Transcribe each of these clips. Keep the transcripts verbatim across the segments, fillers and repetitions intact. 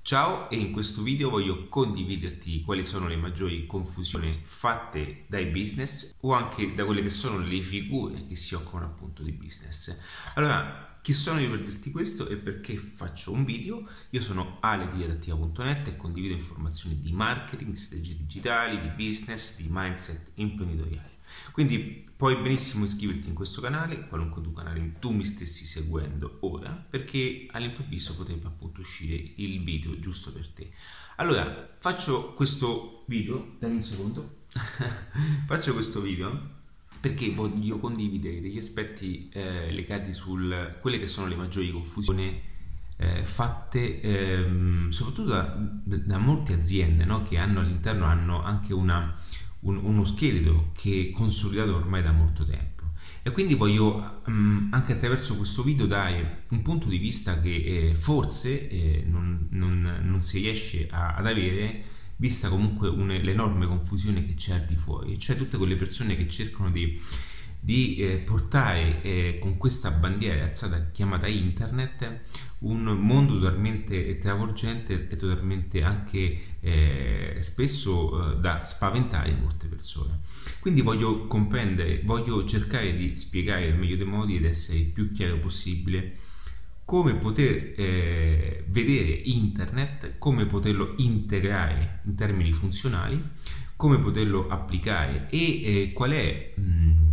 Ciao, e in questo video voglio condividerti quali sono le maggiori confusioni fatte dai business o anche da quelle che sono le figure che si occupano appunto di business. Allora, chi sono io per dirti questo e perché faccio un video? Io sono Ale di adattiva punto net e condivido informazioni di marketing, di strategie digitali, di business, di mindset imprenditoriale. Quindi puoi benissimo iscriverti in questo canale, qualunque tu canale tu mi stessi seguendo ora, perché all'improvviso potrebbe appunto uscire il video giusto per te. Allora, faccio questo video, dammi un secondo, faccio questo video perché voglio condividere degli aspetti eh, legati su quelle che sono le maggiori confusioni eh, fatte ehm, soprattutto da, da molte aziende, no? Che hanno all'interno hanno anche una Un, uno scheletro che è consolidato ormai da molto tempo, e quindi voglio um, anche attraverso questo video dare un punto di vista che eh, forse eh, non, non, non si riesce a, ad avere, vista comunque un, l'enorme confusione che c'è al di fuori, cioè tutte quelle persone che cercano di, di eh, portare eh, con questa bandiera alzata chiamata internet un mondo totalmente travolgente e totalmente anche eh, spesso eh, da spaventare molte persone. Quindi voglio comprendere, voglio cercare di spiegare al meglio dei modi ed essere il più chiaro possibile come poter eh, vedere internet, come poterlo integrare in termini funzionali, come poterlo applicare e eh, qual è mh,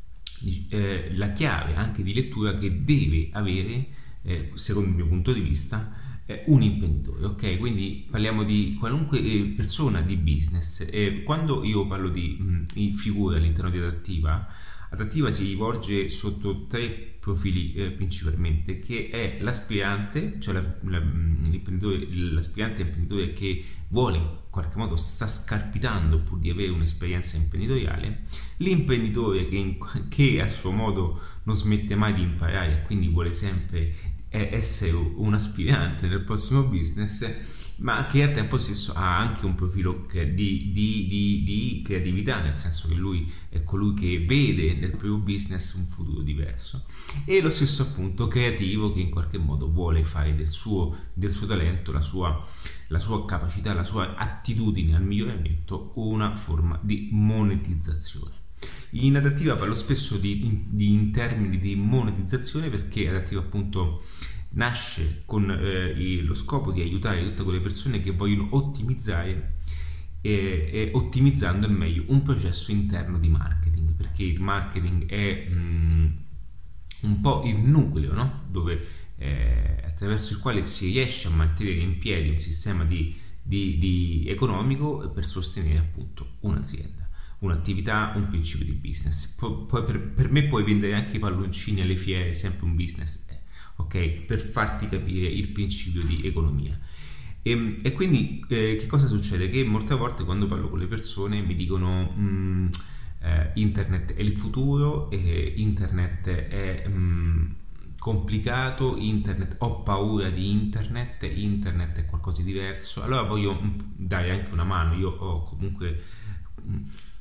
eh, la chiave anche di lettura che deve avere, eh, secondo il mio punto di vista, eh, un imprenditore. Ok, quindi parliamo di qualunque eh, persona di business. Eh, quando io parlo di mh, figure all'interno di Adattiva, Adattiva si rivolge sotto tre profili eh, principalmente, che è l'aspirante, cioè la, la, l'imprenditore, l'aspirante imprenditore che vuole in qualche modo sta scalpitando pur di avere un'esperienza imprenditoriale, l'imprenditore che, in, che a suo modo non smette mai di imparare e quindi vuole sempre essere un aspirante nel prossimo business, ma che al tempo stesso ha anche un profilo di, di, di, di creatività, nel senso che lui è colui che vede nel proprio business un futuro diverso, e lo stesso appunto creativo che in qualche modo vuole fare del suo, del suo talento, la sua, la sua capacità, la sua attitudine al miglioramento una forma di monetizzazione. In Adattiva parlo spesso di, di in termini di monetizzazione, perché Adattiva appunto nasce con eh, lo scopo di aiutare tutte quelle persone che vogliono ottimizzare e, e ottimizzando al meglio un processo interno di marketing, perché il marketing è mh, un po' il nucleo, no? Dove eh, attraverso il quale si riesce a mantenere in piedi un sistema di, di, di economico per sostenere appunto un'azienda, un'attività, un principio di business. Poi per, per me puoi vendere anche i palloncini alle fiere, sempre un business, eh, ok? Per farti capire il principio di economia. E, e quindi eh, che cosa succede? Che molte volte quando parlo con le persone mi dicono mh, eh, internet è il futuro, eh, internet è mh, complicato, internet, ho paura di internet, internet è qualcosa di diverso. Allora voglio mh, dare anche una mano. Io ho comunque mh,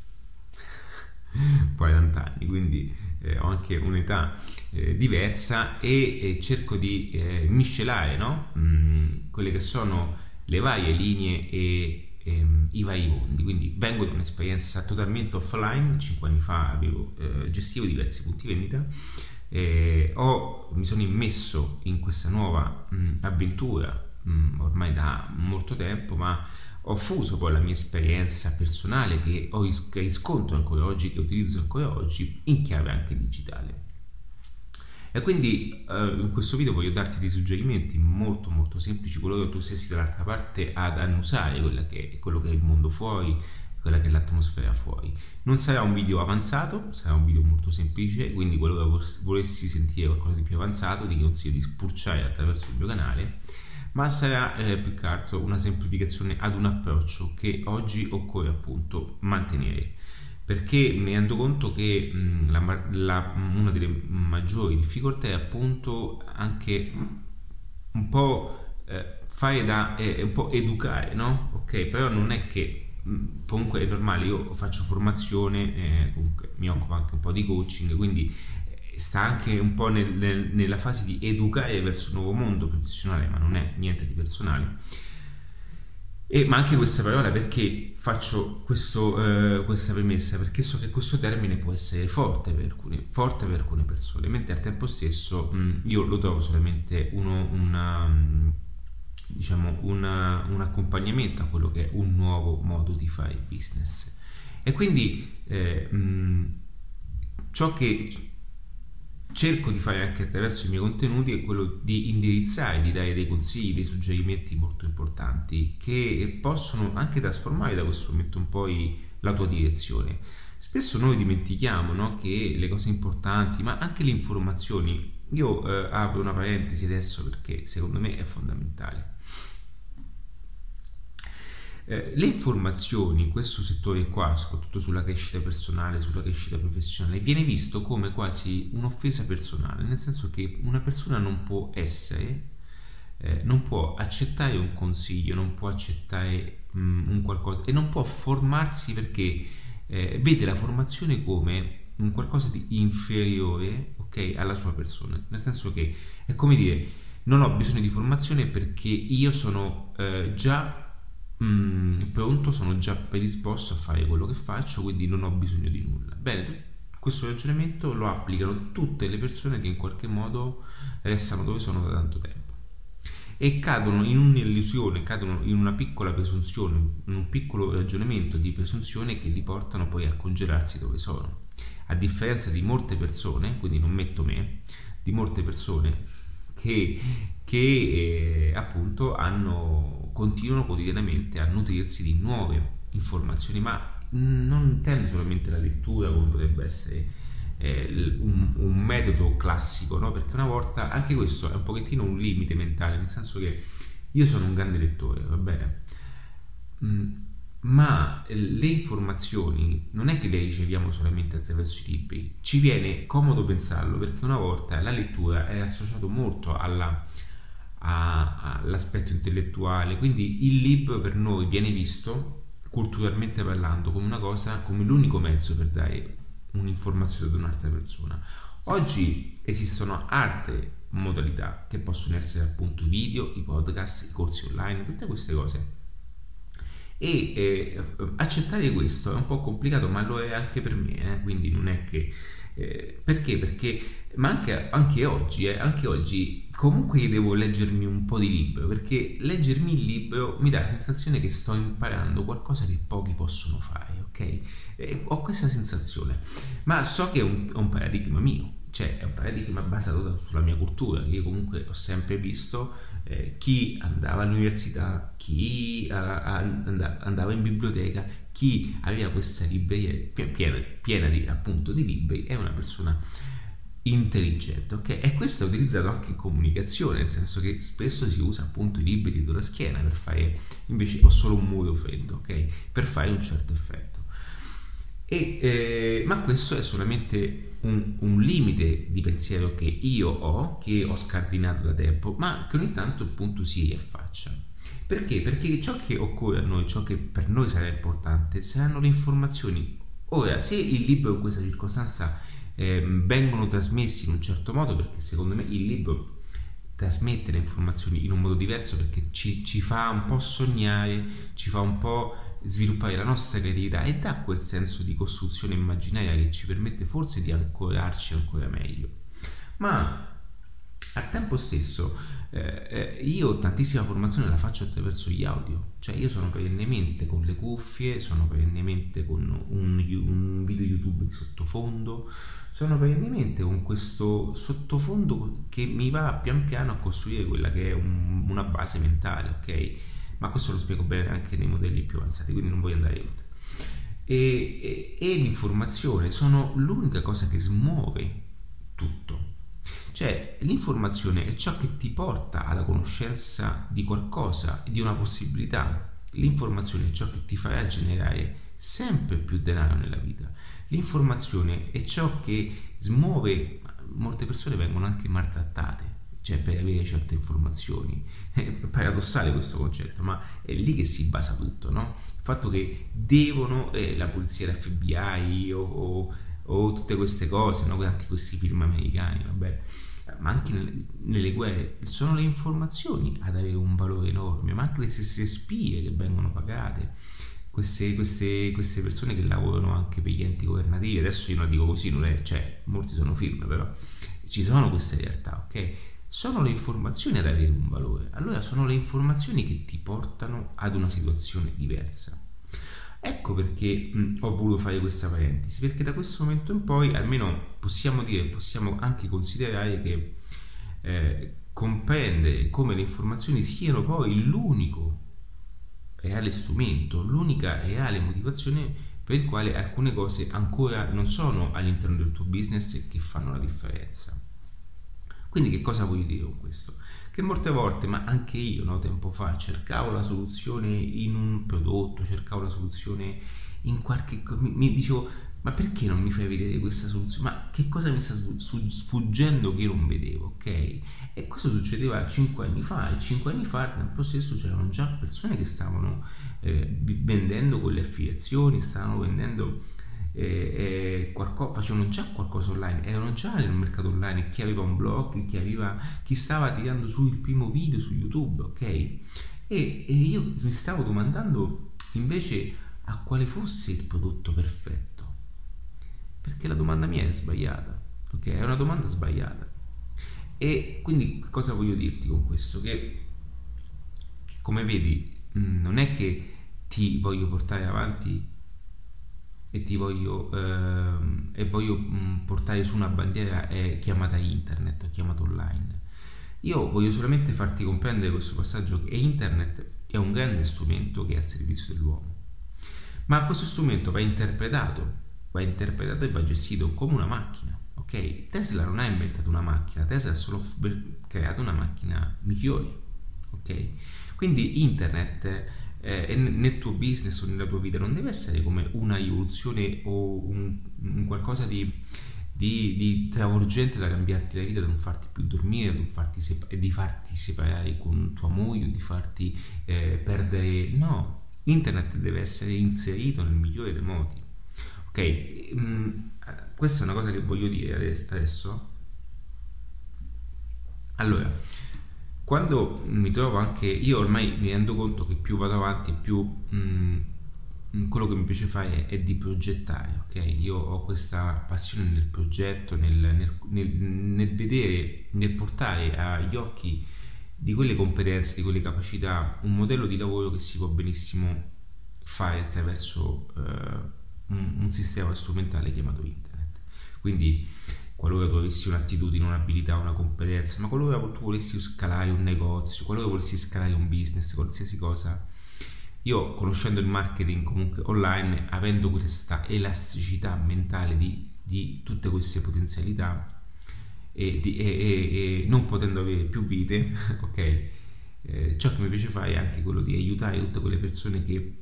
quaranta anni, quindi eh, ho anche un'età eh, diversa e eh, cerco di eh, miscelare, no? mm, quelle che sono le varie linee e ehm, i vari mondi. Quindi vengo da un'esperienza totalmente offline. Cinque anni fa avevo, eh, gestivo diversi punti vendita, eh, ho, mi sono immesso in questa nuova mh, avventura mh, ormai da molto tempo, ma ho fuso poi la mia esperienza personale che ho che riscontro ancora oggi, che utilizzo ancora oggi in chiave anche digitale. E quindi eh, in questo video voglio darti dei suggerimenti molto molto semplici, quello che tu stessi dall'altra parte ad annusare quella che è, quello che è il mondo fuori, quella che è l'atmosfera fuori. Non sarà un video avanzato, sarà un video molto semplice, quindi qualora volessi sentire qualcosa di più avanzato ti consiglio di spulciare attraverso il mio canale, ma sarà eh, più che altro una semplificazione ad un approccio che oggi occorre appunto mantenere, perché mi rendo conto che mh, la, la, una delle maggiori difficoltà è appunto anche un po' eh, fare da eh, un po' educare, no? Ok, però non è che mh, comunque è normale, io faccio formazione, eh, comunque mi occupo anche un po' di coaching, quindi sta anche un po' nel, nel, nella fase di educare verso un nuovo mondo professionale, ma non è niente di personale. E, ma anche questa parola, perché faccio questo, eh, questa premessa? Perché so che questo termine può essere forte per alcune, forte per alcune persone, mentre al tempo stesso mh, io lo trovo solamente uno, una, mh, diciamo una, un accompagnamento a quello che è un nuovo modo di fare business. E quindi eh, mh, ciò che cerco di fare anche attraverso i miei contenuti è quello di indirizzare, di dare dei consigli, dei suggerimenti molto importanti che possono anche trasformare da questo momento in poi la tua direzione. Spesso noi dimentichiamo, no, che le cose importanti, ma anche le informazioni, io eh, apro una parentesi adesso perché secondo me è fondamentale. Eh, le informazioni in questo settore qua, soprattutto sulla crescita personale, sulla crescita professionale, viene visto come quasi un'offesa personale, nel senso che una persona non può essere, eh, non può accettare un consiglio, non può accettare um, un qualcosa e non può formarsi perché eh, vede la formazione come un qualcosa di inferiore, ok, alla sua persona, nel senso che è come dire: non ho bisogno di formazione perché io sono eh, già Mm, pronto, sono già predisposto a fare quello che faccio, quindi non ho bisogno di nulla. Bene, questo ragionamento lo applicano tutte le persone che in qualche modo restano dove sono da tanto tempo e cadono in un'illusione, cadono in una piccola presunzione, in un piccolo ragionamento di presunzione che li portano poi a congelarsi dove sono. A differenza di molte persone, quindi non metto me, di molte persone che, che eh, appunto hanno continuano quotidianamente a nutrirsi di nuove informazioni, ma non intendo solamente la lettura come potrebbe essere eh, un, un metodo classico, no? Perché una volta anche questo è un pochettino un limite mentale, nel senso che io sono un grande lettore, va bene, mm, ma le informazioni non è che le riceviamo solamente attraverso i libri, ci viene comodo pensarlo perché una volta la lettura è associato molto alla all'aspetto intellettuale, quindi il libro per noi viene visto culturalmente parlando come una cosa, come l'unico mezzo per dare un'informazione ad un'altra persona. Oggi esistono altre modalità che possono essere appunto i video, i podcast, i corsi online, tutte queste cose. E eh, accettare questo è un po' complicato, ma lo è anche per me, eh? Quindi non è che eh, perché? Perché ma anche, anche oggi, eh, anche oggi comunque io devo leggermi un po' di libro, perché leggermi il libro mi dà la sensazione che sto imparando qualcosa che pochi possono fare, ok? Eh, ho questa sensazione, ma so che è un, è un paradigma mio, cioè è un paradigma basato sulla mia cultura, che io comunque ho sempre visto eh, chi andava all'università, chi uh, andava in biblioteca, chi aveva questa libreria piena, piena di, appunto, di libri è una persona intelligente, ok? E questo è utilizzato anche in comunicazione, nel senso che spesso si usa appunto i libri dietro la schiena per fare, invece ho solo un muro freddo, ok? Per fare un certo effetto. E, eh, ma questo è solamente un, un limite di pensiero che io ho, che ho scardinato da tempo, ma che ogni tanto appunto si riaffaccia. Perché? Perché ciò che occorre a noi, ciò che per noi sarà importante, saranno le informazioni. Ora, se il libro in questa circostanza eh, vengono trasmessi in un certo modo, perché secondo me il libro trasmette le informazioni in un modo diverso, perché ci, ci fa un po' sognare, ci fa un po' sviluppare la nostra creatività e dà quel senso di costruzione immaginaria che ci permette forse di ancorarci ancora meglio. Ma al tempo stesso eh, io tantissima formazione la faccio attraverso gli audio, cioè io sono perennemente con le cuffie, sono perennemente con un, un video YouTube di sottofondo, sono perennemente con questo sottofondo che mi va pian piano a costruire quella che è un, una base mentale, ok? Ma questo lo spiego bene anche nei modelli più avanzati, quindi non voglio andare oltre. E, e, e l'informazione sono l'unica cosa che smuove tutto. Cioè, l'informazione è ciò che ti porta alla conoscenza di qualcosa, di una possibilità. L'informazione è ciò che ti farà generare sempre più denaro nella vita. L'informazione è ciò che smuove. Molte persone vengono anche maltrattate, cioè per avere certe informazioni. È paradossale questo concetto, ma è lì che si basa tutto, no? Il fatto che devono eh, la polizia, l'F B I o, o, o tutte queste cose, no? Anche questi film americani, vabbè, ma anche nelle, nelle guerre sono le informazioni ad avere un valore enorme, ma anche le stesse spie che vengono pagate, queste, queste, queste persone che lavorano anche per gli enti governativi. Adesso io non dico così, non è, cioè molti sono film, però ci sono queste realtà, ok? Sono le informazioni ad avere un valore. Allora sono le informazioni che ti portano ad una situazione diversa. Ecco perché mh, ho voluto fare questa parentesi, perché da questo momento in poi almeno possiamo dire, possiamo anche considerare che eh, comprendere come le informazioni siano poi l'unico reale strumento, l'unica reale motivazione per il quale alcune cose ancora non sono all'interno del tuo business e che fanno la differenza. Quindi che cosa voglio dire con questo? Che molte volte, ma anche io no, tempo fa, cercavo la soluzione in un prodotto, cercavo la soluzione in qualche... mi, mi dicevo, ma perché non mi fai vedere questa soluzione? Ma che cosa mi sta sfuggendo che io non vedevo, ok? E questo succedeva cinque anni fa, e cinque anni fa al tempo stesso c'erano già persone che stavano eh, vendendo con le affiliazioni, stavano vendendo... Eh, eh, qualcosa, facevano già qualcosa online, erano già nel mercato online, chi aveva un blog, chi aveva chi stava tirando su il primo video su YouTube, ok? E, e io mi stavo domandando invece a quale fosse il prodotto perfetto, perché la domanda mia è sbagliata, ok? È una domanda sbagliata. E quindi cosa voglio dirti con questo? Che, che come vedi mh, non è che ti voglio portare avanti e ti voglio ehm, e voglio mh, portare su una bandiera eh, chiamata internet o chiamata online. Io voglio solamente farti comprendere questo passaggio, che internet è un grande strumento che è al servizio dell'uomo, ma questo strumento va interpretato va interpretato e va gestito come una macchina, ok? Tesla non ha inventato una macchina, Tesla ha solo creato una macchina migliore, ok? Quindi internet Eh, nel tuo business o nella tua vita non deve essere come una rivoluzione o un, un qualcosa di, di, di travolgente da cambiarti la vita, da non farti più dormire, da non farti sepa- di farti separare con tua moglie, di farti eh, perdere. No, internet deve essere inserito nel migliore dei modi, ok? Mm, questa è una cosa che voglio dire adesso. Allora, quando mi trovo anche io, ormai mi rendo conto che più vado avanti più mh, quello che mi piace fare è di progettare, ok? Io ho questa passione nel progetto, nel, nel, nel, nel vedere, nel portare agli occhi di quelle competenze, di quelle capacità un modello di lavoro che si può benissimo fare attraverso uh, un, un sistema strumentale chiamato internet. Quindi qualora tu avessi un'attitudine, un'abilità, una competenza, ma qualora tu volessi scalare un negozio, qualora volessi scalare un business, qualsiasi cosa, io conoscendo il marketing comunque online, avendo questa elasticità mentale di, di tutte queste potenzialità e, di, e, e, e non potendo avere più vite, ok, eh, ciò che mi piace fare è anche quello di aiutare tutte quelle persone che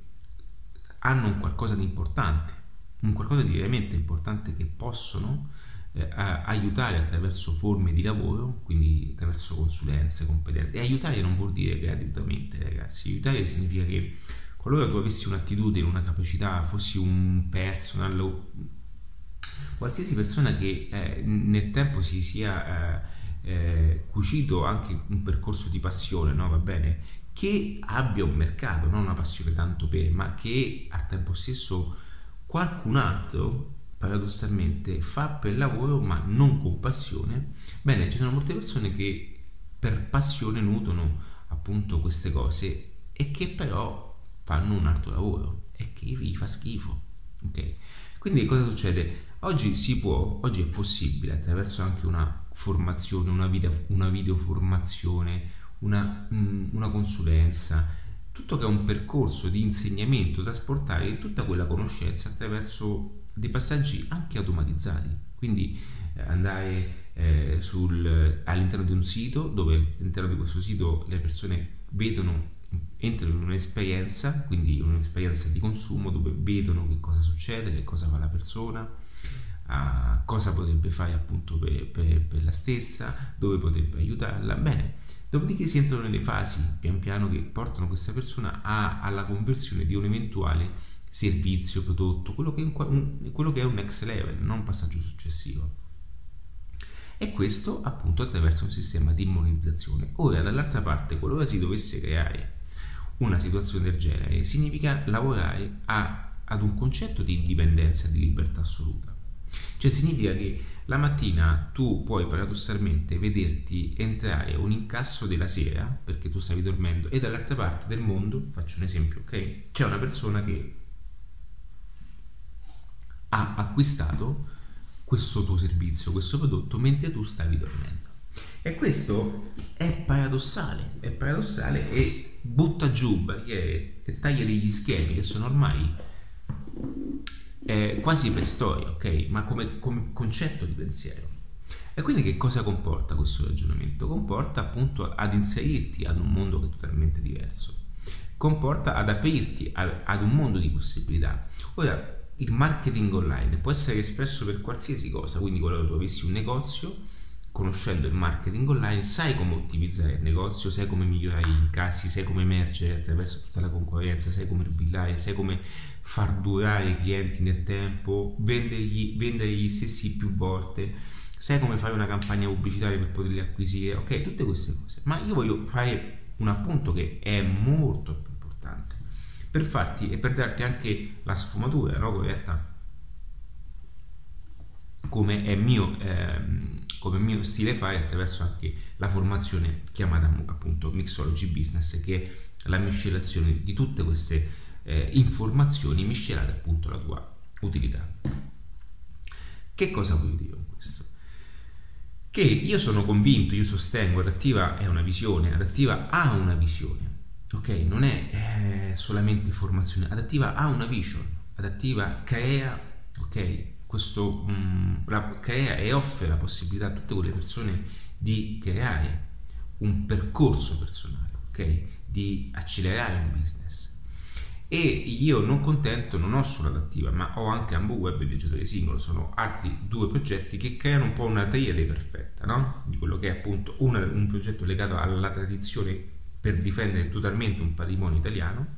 hanno un qualcosa di importante, un qualcosa di veramente importante che possono Eh, aiutare attraverso forme di lavoro, quindi attraverso consulenze, competenze. E aiutare non vuol dire gratuitamente, ragazzi. Aiutare significa che qualora tu avessi un'attitudine, una capacità, fossi un personal o qualsiasi persona che eh, nel tempo si sia eh, eh, cucito anche un percorso di passione, no? Va bene? Che abbia un mercato, non una passione tanto per, ma che al tempo stesso qualcun altro paradossalmente fa per lavoro ma non con passione. Bene, ci sono molte persone che per passione nutrono appunto queste cose e che però fanno un altro lavoro e che gli fa schifo, ok? Quindi cosa succede? Oggi si può, oggi è possibile attraverso anche una formazione, una video, una videoformazione, una, una consulenza, tutto che è un percorso di insegnamento, trasportare tutta quella conoscenza attraverso dei passaggi anche automatizzati, quindi eh, andare eh, sul, all'interno di un sito dove all'interno di questo sito le persone vedono, entrano in un'esperienza, quindi un'esperienza di consumo dove vedono che cosa succede, che cosa fa la persona, a cosa potrebbe fare appunto per, per, per la stessa, dove potrebbe aiutarla. Bene, dopodiché si entrano nelle fasi pian piano che portano questa persona a, alla conversione di un eventuale servizio, prodotto, quello che, è un, quello che è un next level, non un passaggio successivo. E questo appunto attraverso un sistema di monetizzazione. Ora, dall'altra parte, qualora si dovesse creare una situazione del genere significa lavorare a, ad un concetto di indipendenza e di libertà assoluta. Cioè significa che la mattina tu puoi paradossalmente vederti entrare un incasso della sera perché tu stavi dormendo e dall'altra parte del mondo, faccio un esempio, ok? C'è una persona che ha acquistato questo tuo servizio, questo prodotto mentre tu stavi dormendo. E questo è paradossale, è paradossale e butta giù barriere e taglia degli schemi che sono ormai eh, quasi per storia, ok? Ma come, come concetto di pensiero. E quindi che cosa comporta questo ragionamento? Comporta appunto ad inserirti ad un mondo che è totalmente diverso, comporta ad aprirti ad, ad un mondo di possibilità. Ora, il marketing online può essere espresso per qualsiasi cosa, quindi quando tu avessi un negozio, conoscendo il marketing online, sai come ottimizzare il negozio, sai come migliorare gli incassi, sai come emergere attraverso tutta la concorrenza, sai come billare, sai come far durare i clienti nel tempo, vendergli, vendere gli stessi più volte, sai come fare una campagna pubblicitaria per poterli acquisire, ok, tutte queste cose. Ma io voglio fare un appunto che è molto più importante per farti e per darti anche la sfumatura, no, corretta? Come è mio ehm, come mio stile fare attraverso anche la formazione chiamata appunto Mixology Business, che è la miscelazione di tutte queste eh, informazioni miscelate appunto alla tua utilità. Che cosa voglio dire con questo? Che io sono convinto, io sostengo, Adattiva è una visione, Adattiva ha una visione, ok? Non è eh, solamente formazione, Adattiva ha una vision, Adattiva crea, ok? Questo mh, la, crea e offre la possibilità a tutte quelle persone di creare un percorso personale, ok? Di accelerare un business. E io non contento, non ho solo Adattiva, ma ho anche AmbuWeb e Viaggiatore Singolo, sono altri due progetti che creano un po' una triade perfetta, no? Di quello che è appunto una, un progetto legato alla tradizione per difendere totalmente un patrimonio italiano,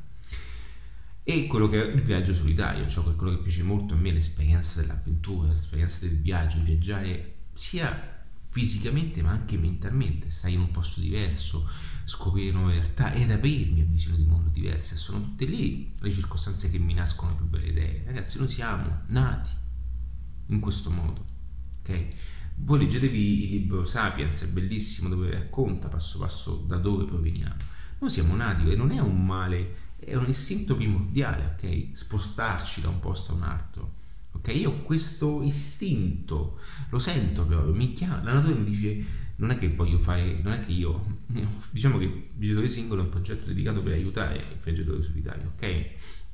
e quello che è il viaggio solitario, cioè quello che piace molto a me, l'esperienza dell'avventura, l'esperienza del viaggio, viaggiare sia fisicamente ma anche mentalmente, stai in un posto diverso, scoprire nuove realtà ed aprirmi a visioni di mondo diverse. Sono tutte lì le circostanze che mi nascono le più belle idee. Ragazzi, noi siamo nati in questo modo, ok? Voi leggetevi il libro Sapiens, è bellissimo, dove racconta passo passo da dove proveniamo. Noi siamo nati e non è un male, è un istinto primordiale, ok? Spostarci da un posto a un altro, ok? Io ho questo istinto, lo sento proprio, mi chiama, la natura mi dice, non è che voglio fare, non è che io, diciamo che il Viaggiatore Singolo è un progetto dedicato per aiutare il viaggiatore solitario, ok?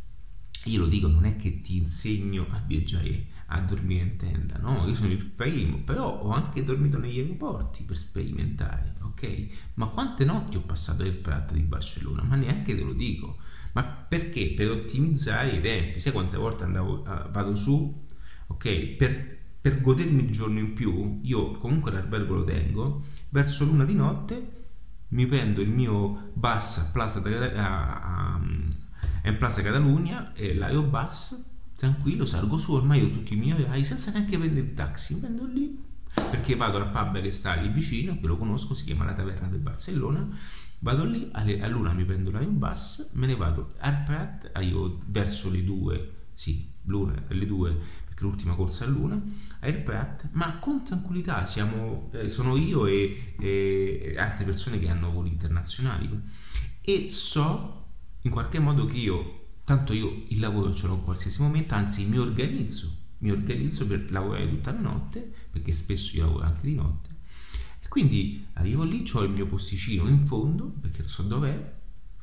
Io lo dico, non è che ti insegno a viaggiare, a dormire in tenda, no? Io sono il primo, però ho anche dormito negli aeroporti per sperimentare, ok? Ma quante notti ho passato nel Prat di Barcellona? Ma neanche te lo dico. Ma perché? Per ottimizzare i tempi. Sai quante volte andavo, uh, vado su, ok? Per, per godermi il giorno in più, io comunque l'albergo lo tengo, verso l'una di notte mi prendo il mio bus a Plaza, a, a, a Plaza Catalunya e l'aerobus, tranquillo, salgo su, ormai ho tutti i miei orari senza neanche prendere il taxi, mi prendo lì perché vado al pub che sta lì vicino, che lo conosco, si chiama la Taverna del Barcellona. Vado lì, alle, all'una mi prendo l'aerobus, me ne vado al Prat, io verso le due, sì, l'una, alle due, perché l'ultima corsa è all'una, al Prat, ma con tranquillità, siamo, eh, sono io e, e altre persone che hanno voli internazionali, e so in qualche modo che io, tanto io il lavoro ce l'ho in qualsiasi momento, anzi mi organizzo, mi organizzo per lavorare tutta la notte, perché spesso io lavoro anche di notte. Quindi arrivo lì, ho il mio posticino in fondo, perché so dov'è,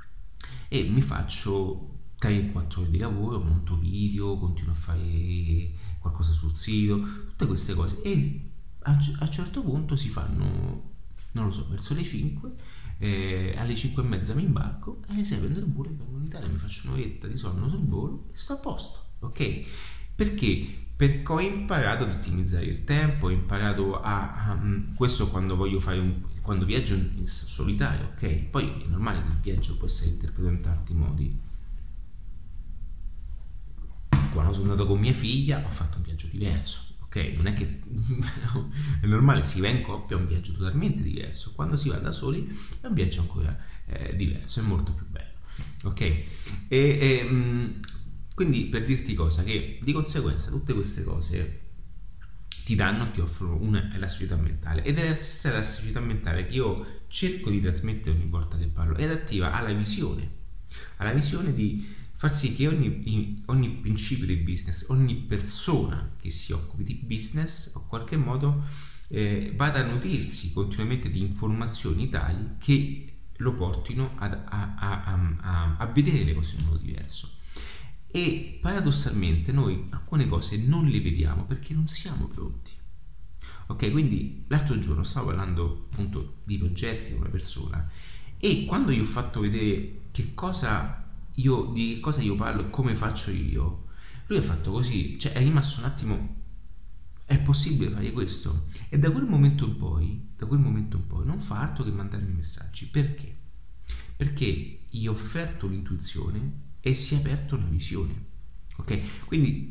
e mi faccio tre quattro ore di lavoro, monto video, continuo a fare qualcosa sul sito, tutte queste cose. E a un certo punto si fanno, non lo so, verso le cinque, eh, alle cinque e mezza mi imbarco, e alle sei prendo il volo e vengo in Italia, mi faccio un'oretta di sonno sul volo e sto a posto, ok? Perché? Perché ho imparato ad ottimizzare il tempo, ho imparato a, a questo quando voglio fare un, quando viaggio in solitario, ok? Poi è normale che il viaggio può essere interpretato in tanti modi. Quando sono andato con mia figlia ho fatto un viaggio diverso, ok? Non è che è normale, si va in coppia, è un viaggio totalmente diverso. Quando si va da soli è un viaggio ancora eh, diverso, è molto più bello, ok? E, e, mh, quindi per dirti cosa, che di conseguenza tutte queste cose ti danno, ti offrono una elasticità mentale, ed è la stessa elasticità mentale che io cerco di trasmettere ogni volta che parlo, ed attiva alla visione, alla visione di far sì che ogni, ogni principio di business, ogni persona che si occupi di business, in qualche modo eh, vada a nutrirsi continuamente di informazioni tali che lo portino ad, a, a, a, a vedere le cose in modo diverso. E paradossalmente noi alcune cose non le vediamo perché non siamo pronti. Ok, quindi l'altro giorno stavo parlando appunto di progetti con una persona, e quando gli ho fatto vedere che cosa io, di che cosa io parlo e come faccio io, lui ha fatto così, cioè è rimasto un attimo: è possibile fare questo? E da quel momento in poi, da quel momento in poi non fa altro che mandarmi messaggi. Perché? Perché gli ho offerto l'intuizione e si è aperta una visione, ok? Quindi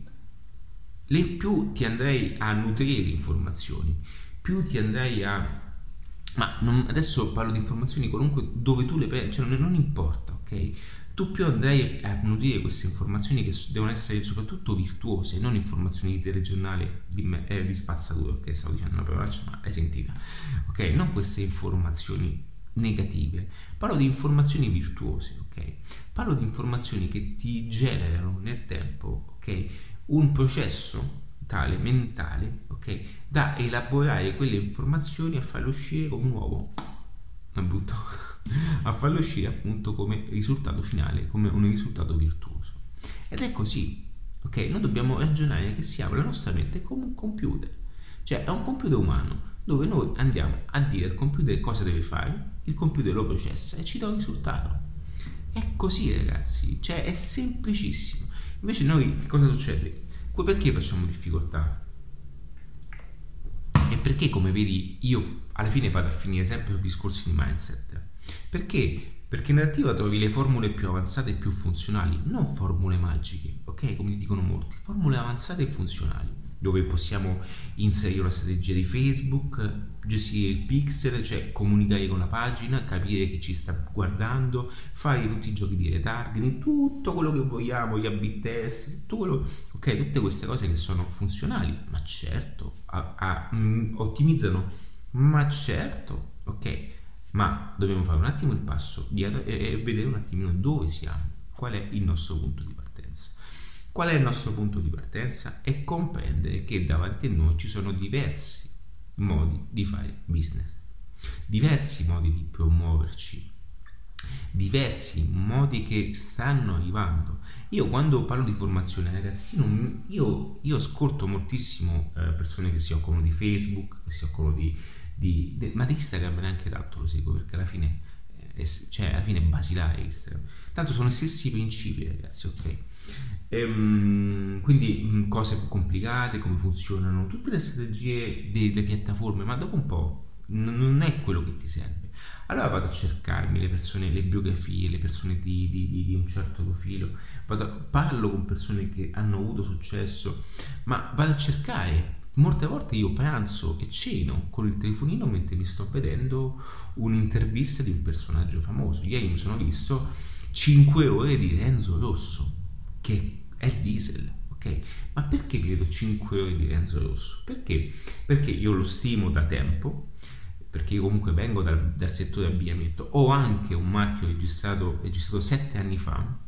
le più ti andrei a nutrire di informazioni, più ti andrei a... ma non, adesso parlo di informazioni qualunque dove tu le prendi, cioè non, non importa, ok? Tu più andrai a nutrire queste informazioni, che devono essere soprattutto virtuose, non informazioni di telegiornale di, me, eh, di spazzatura, ok? Stavo dicendo una parolaccia, ma l'hai sentita, ok? Non queste informazioni negative, parlo di informazioni virtuose, ok? Parlo di informazioni che ti generano nel tempo, ok? Un processo tale, mentale, ok? Da elaborare quelle informazioni, a farle uscire come un uovo, non butto, a farlo uscire appunto come risultato finale, come un risultato virtuoso. Ed è così, ok? Noi dobbiamo ragionare che siamo, la nostra mente è come un computer, cioè è un computer umano, dove noi andiamo a dire al computer cosa deve fare, il computer lo processa e ci dà un risultato. È così, ragazzi, cioè è semplicissimo. Invece noi che cosa succede? Perché facciamo difficoltà? E perché, come vedi, io alla fine vado a finire sempre su discorsi di mindset? Perché? Perché in narrativa trovi le formule più avanzate e più funzionali, non formule magiche, ok? Come dicono molti, formule avanzate e funzionali, dove possiamo inserire una strategia di Facebook, gestire il pixel, cioè comunicare con la pagina, capire chi ci sta guardando, fare tutti i giochi di retargeting, tutto quello che vogliamo, gli A B test, tutto quello, ok? Tutte queste cose che sono funzionali, ma certo, a, a, mh, ottimizzano, ma certo, ok? Ma dobbiamo fare un attimo il passo dietro e, e vedere un attimino dove siamo, qual è il nostro punto di partenza. Qual è il nostro punto di partenza? E comprendere che davanti a noi ci sono diversi modi di fare business, diversi modi di promuoverci, diversi modi che stanno arrivando. Io quando parlo di formazione, ragazzi, non, io, io ascolto moltissimo eh, persone che si occupano di Facebook, che si occupano di, di, di ma di Instagram neanche tanto lo seguo, perché alla fine è, cioè alla fine è basilare Instagram, tanto sono gli stessi principi, ragazzi, ok? Ehm, quindi cose complicate, come funzionano tutte le strategie delle piattaforme, ma dopo un po' non è quello che ti serve. Allora vado a cercarmi le persone, le biografie, le persone di, di, di un certo profilo, vado, parlo con persone che hanno avuto successo, ma vado a cercare. Molte volte io pranzo e ceno con il telefonino mentre mi sto vedendo un'intervista di un personaggio famoso. Ieri mi sono visto cinque ore di Renzo Rosso, che è Diesel, ok? Ma perché mi vedo cinque ore di Renzo Rosso? Perché? Perché io lo stimo da tempo, perché io comunque vengo dal, dal settore abbigliamento, ho anche un marchio registrato registrato sette anni fa,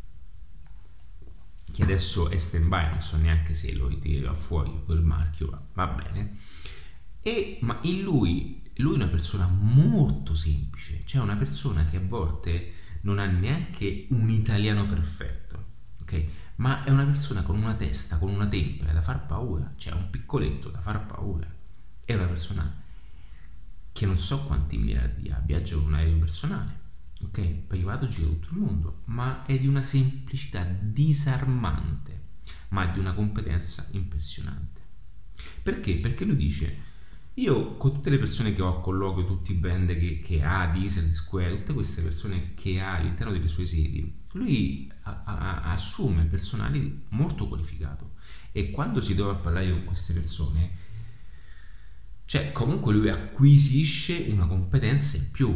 che adesso è stand by, non so neanche se lo ritirerò fuori quel marchio, va, va bene. E ma in lui, lui è una persona molto semplice, cioè una persona che a volte non ha neanche un italiano perfetto, ok? Ma è una persona con una testa, con una tempra da far paura, cioè un piccoletto da far paura. È una persona che non so quanti miliardi ha, viaggia con un aereo personale, ok? Privato, gira tutto il mondo, ma è di una semplicità disarmante, ma di una competenza impressionante. Perché? Perché lui dice: io con tutte le persone che ho a colloquio, tutti i brand che, che ha, Diesel, Square, tutte queste persone che ha all'interno delle sue sedi, lui a, a, a assume personale molto qualificato, e quando si trova a parlare con queste persone, cioè comunque lui acquisisce una competenza in più,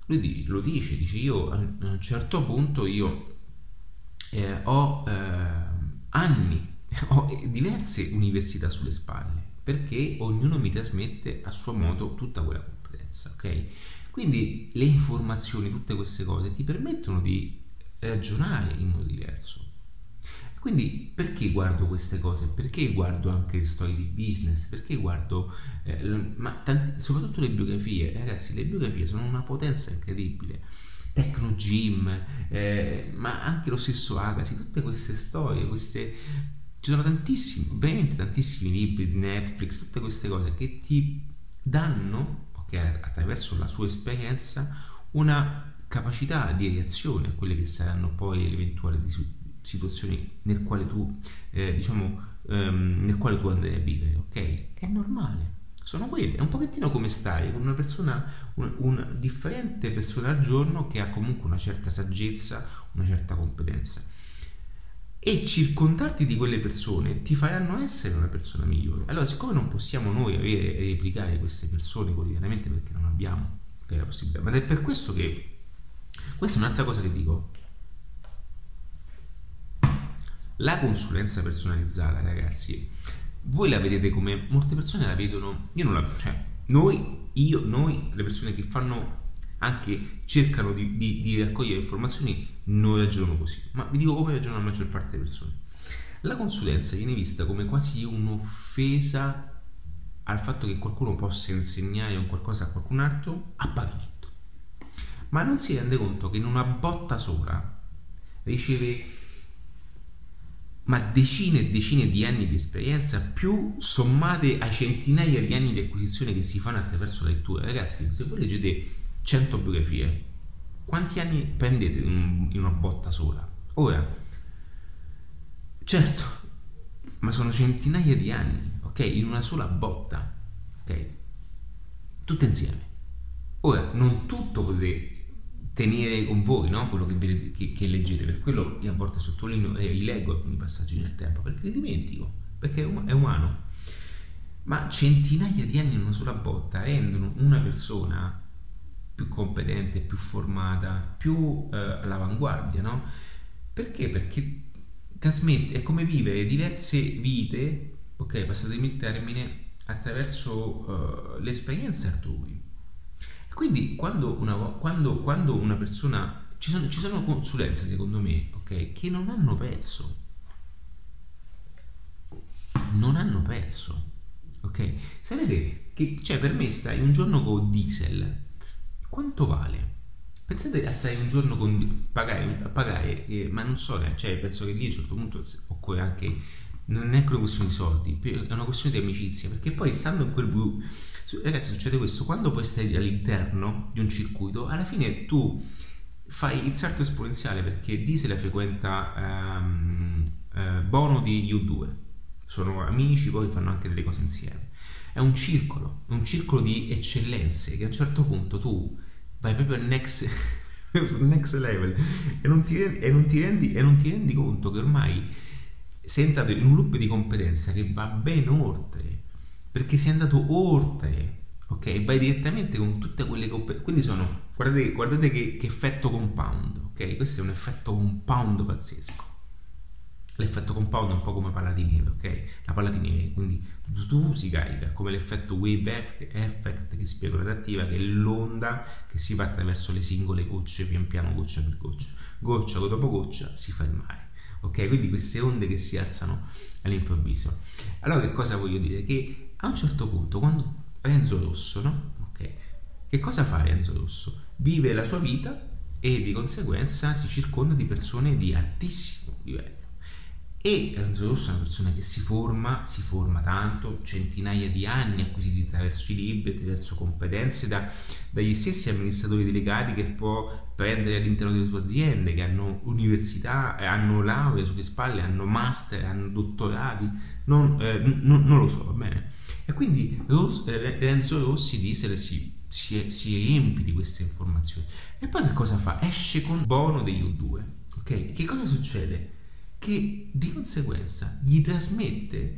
lui lo dice, dice io a un certo punto io eh, ho eh, anni, ho diverse università sulle spalle, perché ognuno mi trasmette a suo modo tutta quella competenza, ok? Quindi le informazioni, tutte queste cose ti permettono di ragionare in modo diverso. Quindi perché guardo queste cose? Perché guardo anche le storie di business? Perché guardo eh, ma tanti, soprattutto le biografie? Ragazzi, le biografie sono una potenza incredibile. Tecnogym, eh, ma anche lo stesso Agassi, tutte queste storie, queste ci sono tantissimi, veramente tantissimi libri di Netflix, tutte queste cose che ti danno, ok, attraverso la sua esperienza, una capacità di reazione a quelle che saranno poi le eventuali situazioni nel quale tu eh, diciamo ehm, nel quale tu andrai a vivere, ok? È normale, sono quelle, è un pochettino come stare con una persona, un, un differente persona al giorno che ha comunque una certa saggezza, una certa competenza, e circondarti di quelle persone ti faranno essere una persona migliore. Allora, siccome non possiamo noi avere e replicare queste persone quotidianamente, perché non abbiamo okay, la possibilità, ma è per questo che questa è un'altra cosa che dico. La consulenza personalizzata, ragazzi, voi la vedete come molte persone la vedono, io non la, cioè noi, io, noi, le persone che fanno anche cercano di, di, di raccogliere informazioni non ragionano così, ma vi dico come ragionano la maggior parte delle persone. La consulenza viene vista come quasi un'offesa al fatto che qualcuno possa insegnare un qualcosa a qualcun altro a pagamento, ma non si rende conto che in una botta sola riceve ma decine e decine di anni di esperienza, più sommate ai centinaia di anni di acquisizione che si fanno attraverso la lettura. Ragazzi, se voi leggete cento biografie, quanti anni prendete in una botta sola? Ora, certo, ma sono centinaia di anni, ok? In una sola botta, ok? Tutte insieme. Ora, non tutto potete tenere con voi, no? Quello che, che, che leggete, per quello io a volte sottolineo e rileggo alcuni passaggi nel tempo, perché li dimentico, perché è, um- è umano. Ma centinaia di anni in una sola botta rendono una persona più competente, più formata, più eh, all'avanguardia, no? Perché? Perché trasmette, è come vivere diverse vite, ok, passatemi il termine, attraverso uh, l'esperienza altrui. Quindi quando una, quando, quando una persona, ci sono, ci sono consulenze secondo me, ok, che non hanno prezzo, non hanno prezzo, ok? Sapete che, cioè, per me stai un giorno con diesel, quanto vale? Pensate a stare un giorno con pagare, a pagare, eh, ma non so, cioè penso che lì a un certo punto occorre anche, non è una questione di soldi, è una questione di amicizia, perché poi stando in quel blu, ragazzi, succede questo, quando poi stai all'interno di un circuito, alla fine tu fai il salto esponenziale, perché diesel frequenta um, uh, Bono di U due, sono amici, poi fanno anche delle cose insieme, è un circolo, è un circolo di eccellenze che a un certo punto tu vai proprio al next, next level e non, ti, e, non ti rendi, e non ti rendi conto che ormai sei entrato in un loop di competenza che va ben oltre, perché sei andato oltre, ok? Vai direttamente con tutte quelle competenze, quindi sono, guardate, guardate che, che effetto compound, ok? Questo è un effetto compound pazzesco. L'effetto compound è un po' come palla di neve, ok? La palla di neve, quindi tu, tu si carica, come l'effetto wave effect che spiego l'adattiva, che è l'onda che si va attraverso le singole gocce, pian piano, goccia per goccia, goccia dopo goccia si fa il mare. Ok, quindi queste onde che si alzano all'improvviso. Allora, che cosa voglio dire? Che a un certo punto, quando Renzo Rosso, no? Ok, che cosa fa Renzo Rosso? Vive la sua vita e di conseguenza si circonda di persone di altissimo livello. E Renzo Rosso è una persona che si forma, si forma tanto, centinaia di anni acquisiti attraverso i libri, attraverso competenze da, dagli stessi amministratori delegati che può prendere all'interno delle sue aziende, che hanno università, hanno lauree sulle spalle, hanno master, hanno dottorati, non, eh, non, non lo so, va bene? E quindi Ros- eh, Renzo Rossi dice si, si, si riempie di queste informazioni. E poi che cosa fa? Esce con Bono degli U due, ok? Che cosa succede? Che di conseguenza gli trasmette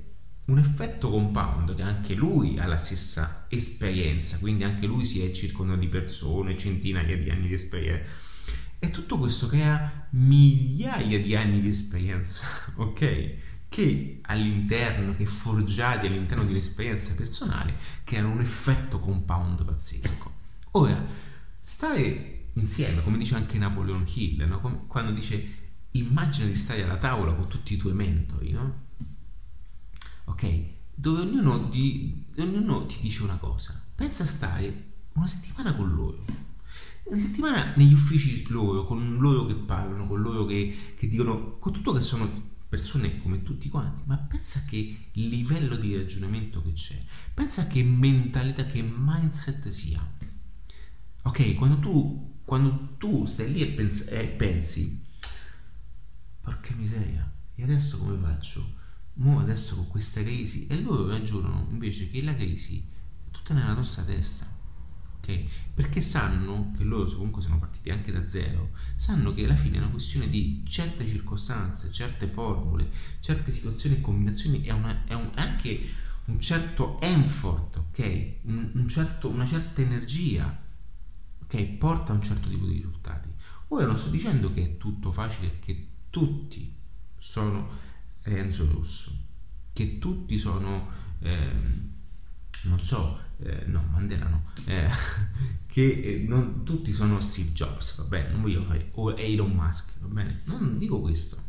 un effetto compound, che anche lui ha la stessa esperienza, quindi anche lui si è circondato di persone, centinaia di anni di esperienza, e tutto questo crea migliaia di anni di esperienza, ok? Che all'interno, che forgiati all'interno di un'esperienza personale, creano un effetto compound pazzesco. Ora, stare insieme, come dice anche Napoleon Hill, no? Come, quando dice immagina di stare alla tavola con tutti i tuoi mentori, no? Ok? Dove ognuno, di, ognuno ti dice una cosa. Pensa a stare una settimana con loro, una settimana negli uffici loro, con loro che parlano, con loro che, che dicono, con tutto che sono persone come tutti quanti, ma pensa che livello di ragionamento che c'è, pensa che mentalità, che mindset sia. Ok? Quando tu, quando tu stai lì e pensi, e pensi porca miseria, e adesso come faccio? Mo adesso con questa crisi, e loro ragionano invece che la crisi è tutta nella nostra testa, ok? Perché sanno che loro comunque sono partiti anche da zero, sanno che alla fine è una questione di certe circostanze, certe formule, certe situazioni e combinazioni, è, una, è un, anche un certo effort, ok? Un, un certo, una certa energia, ok? Porta a un certo tipo di risultati. Ora non sto dicendo che è tutto facile, che tutti sono Renzo Russo, che tutti sono eh, non so eh, no Mandela no eh, che eh, non tutti sono Steve Jobs, va bene, non voglio fare, o Elon Musk, va bene, non dico questo,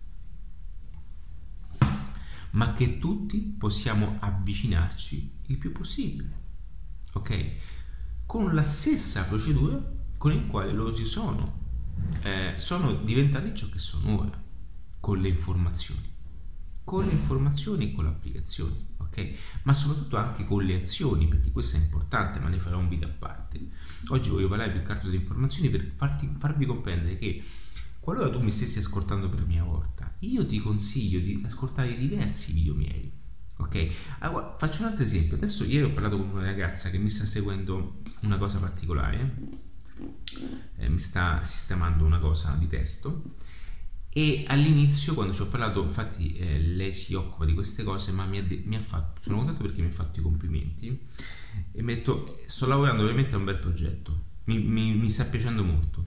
ma che tutti possiamo avvicinarci il più possibile, ok, con la stessa procedura con il quale loro si sono eh, sono diventati ciò che sono ora, con le informazioni con le informazioni e con le applicazioni, ok? Ma soprattutto anche con le azioni, perché questo è importante, ma ne farò un video a parte. Oggi voglio parlare più che altro di informazioni per farti, farvi comprendere che qualora tu mi stessi ascoltando per la prima volta, io ti consiglio di ascoltare diversi video miei, ok? Allora, faccio un altro esempio. Adesso ieri ho parlato con una ragazza che mi sta seguendo una cosa particolare, eh, mi sta sistemando una cosa di testo. E all'inizio, quando ci ho parlato, infatti eh, lei si occupa di queste cose, ma mi ha, de- mi ha fatto, sono contento perché mi ha fatto i complimenti e mi ha detto, sto lavorando veramente a un bel progetto, mi, mi, mi sta piacendo molto.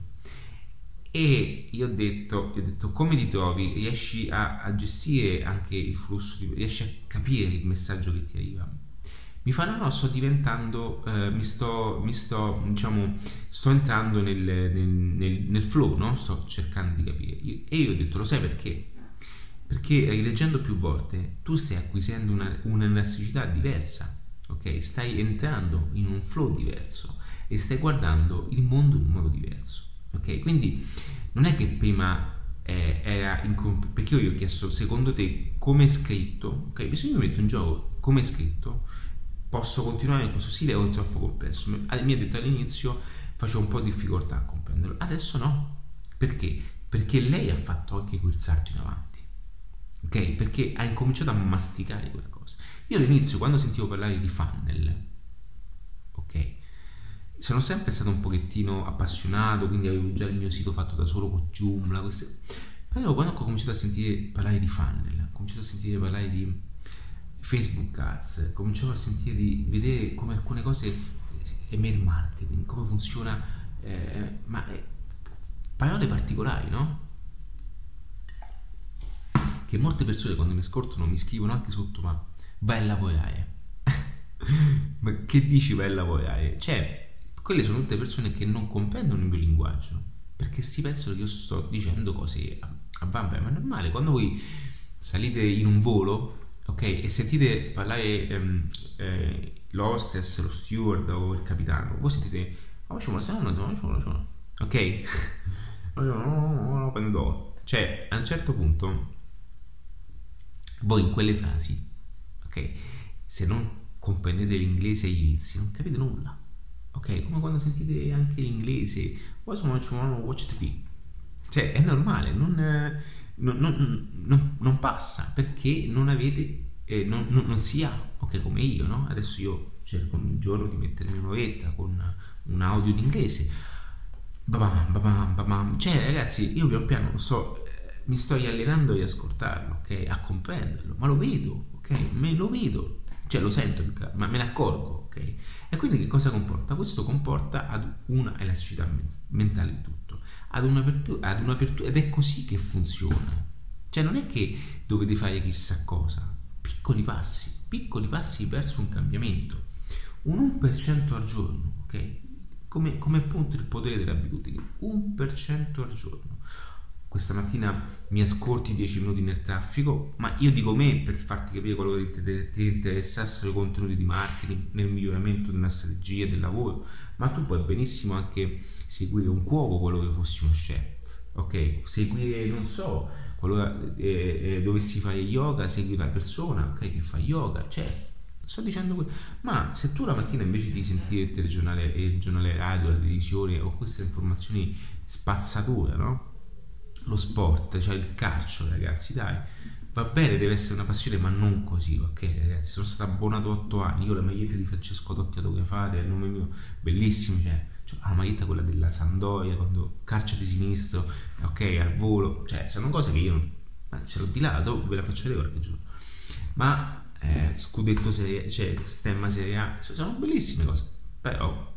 E io ho detto, io ho detto come ti trovi? Riesci a, a gestire anche il flusso, di, riesci a capire il messaggio che ti arriva? Mi fa no no, sto diventando, eh, mi sto, mi sto, diciamo, sto entrando nel, nel, nel, nel flow, no? Sto cercando di capire. Io, e io ho detto, lo sai perché? Perché rileggendo più volte tu stai acquisendo una, un'elasticità diversa, ok? Stai entrando in un flow diverso e stai guardando il mondo in un modo diverso, ok? Quindi non è che prima eh, era incomp- perché io gli ho chiesto, secondo te come è scritto, ok? Se io mi metto in gioco come è scritto, posso continuare in questo stile o è troppo complesso? Mi ha detto all'inizio facevo un po' di difficoltà a comprenderlo, adesso no. Perché? Perché lei ha fatto anche quel salto in avanti, ok? Perché ha incominciato a masticare quella cosa. Io all'inizio, quando sentivo parlare di funnel, ok, sono sempre stato un pochettino appassionato, quindi avevo già il mio sito fatto da solo con Joomla, queste... però quando ho cominciato a sentire parlare di funnel, ho cominciato a sentire parlare di Facebook Ads, cominciavo a sentire di vedere come alcune cose, email marketing, come funziona, eh, ma eh, parole particolari, no? Che molte persone quando mi ascoltano mi scrivono anche sotto, ma vai a lavorare. Ma che dici vai a lavorare? Cioè, quelle sono tutte persone che non comprendono il mio linguaggio, perché si pensano che io sto dicendo cose a, a vabbè, ma è normale, quando voi salite in un volo, ok, e sentite parlare ehm, eh, l'hostess, lo steward o il capitano, voi sentite ok? Cioè, a un certo punto voi in quelle frasi, ok, se non comprendete l'inglese agli inizi non capite nulla, ok? Come quando sentite anche l'inglese watch T V, cioè è normale, non Non, non, non, non passa perché non avete eh, non, non, non si ha, ok, come io, no? Adesso io cerco ogni giorno di mettermi un'oretta con un audio in inglese, babam, babam, babam. Cioè ragazzi, io pian piano lo so, eh, mi sto allenando ad ascoltarlo, ok, a comprenderlo, ma lo vedo, ok, ok? Me lo vedo, cioè lo sento, ma me ne accorgo, ok? E quindi che cosa comporta? Questo comporta ad una elasticità mentale di tutto, ad un'apertura, ad un'apertura, ed è così che funziona. Cioè non è che dovete fare chissà cosa, piccoli passi, piccoli passi verso un cambiamento, un uno per cento al giorno, ok? Come, come appunto il potere delle abitudini, uno per cento al giorno. Questa mattina mi ascolti dieci minuti nel traffico, ma io dico me per farti capire quello che ti interessassero i contenuti di marketing nel miglioramento di una strategia del lavoro, ma tu puoi benissimo anche seguire un cuoco, quello che fossi uno chef, ok? Seguire, non so, qualora eh, eh, dovessi fare yoga, segui una persona, ok, che fa yoga, cioè sto dicendo que- ma se tu la mattina invece di sentire il telegiornale, il giornale radio, la televisione o queste informazioni spazzature, no? Lo sport, cioè il calcio, ragazzi, dai, va bene, deve essere una passione, ma non così, ok, ragazzi? Sono stato abbonato otto anni, io ho la maglietta di Francesco Totti autografata, il nome mio, bellissimo, cioè, cioè la maglietta quella della Sampdoria, quando calcia di sinistro, ok, al volo, cioè, sono cose che io non, ma ce l'ho di là, dopo ve la faccio vedere qualche giorno, ma eh, scudetto serie, cioè stemma serie A, sono bellissime cose, però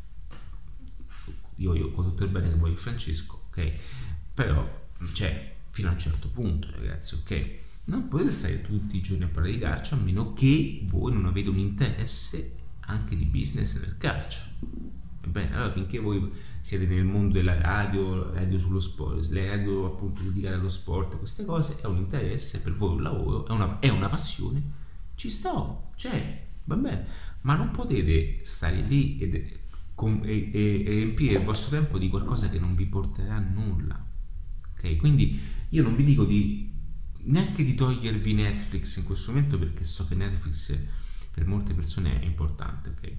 io, io con tutto il bene che voglio Francesco, ok, però cioè fino a un certo punto, ragazzi, ok, non potete stare tutti i giorni a parlare di calcio a meno che voi non avete un interesse anche di business nel calcio. Ebbene, allora finché voi siete nel mondo della radio, radio sullo sport, le radio appunto dedicate allo sport, queste cose, è un interesse per voi, un lavoro, è una, è una passione, ci sto, cioè, va bene, ma non potete stare lì ed, e, e, e riempire il vostro tempo di qualcosa che non vi porterà a nulla. Okay, quindi io non vi dico di neanche di togliervi Netflix in questo momento, perché so che Netflix per molte persone è importante, ok?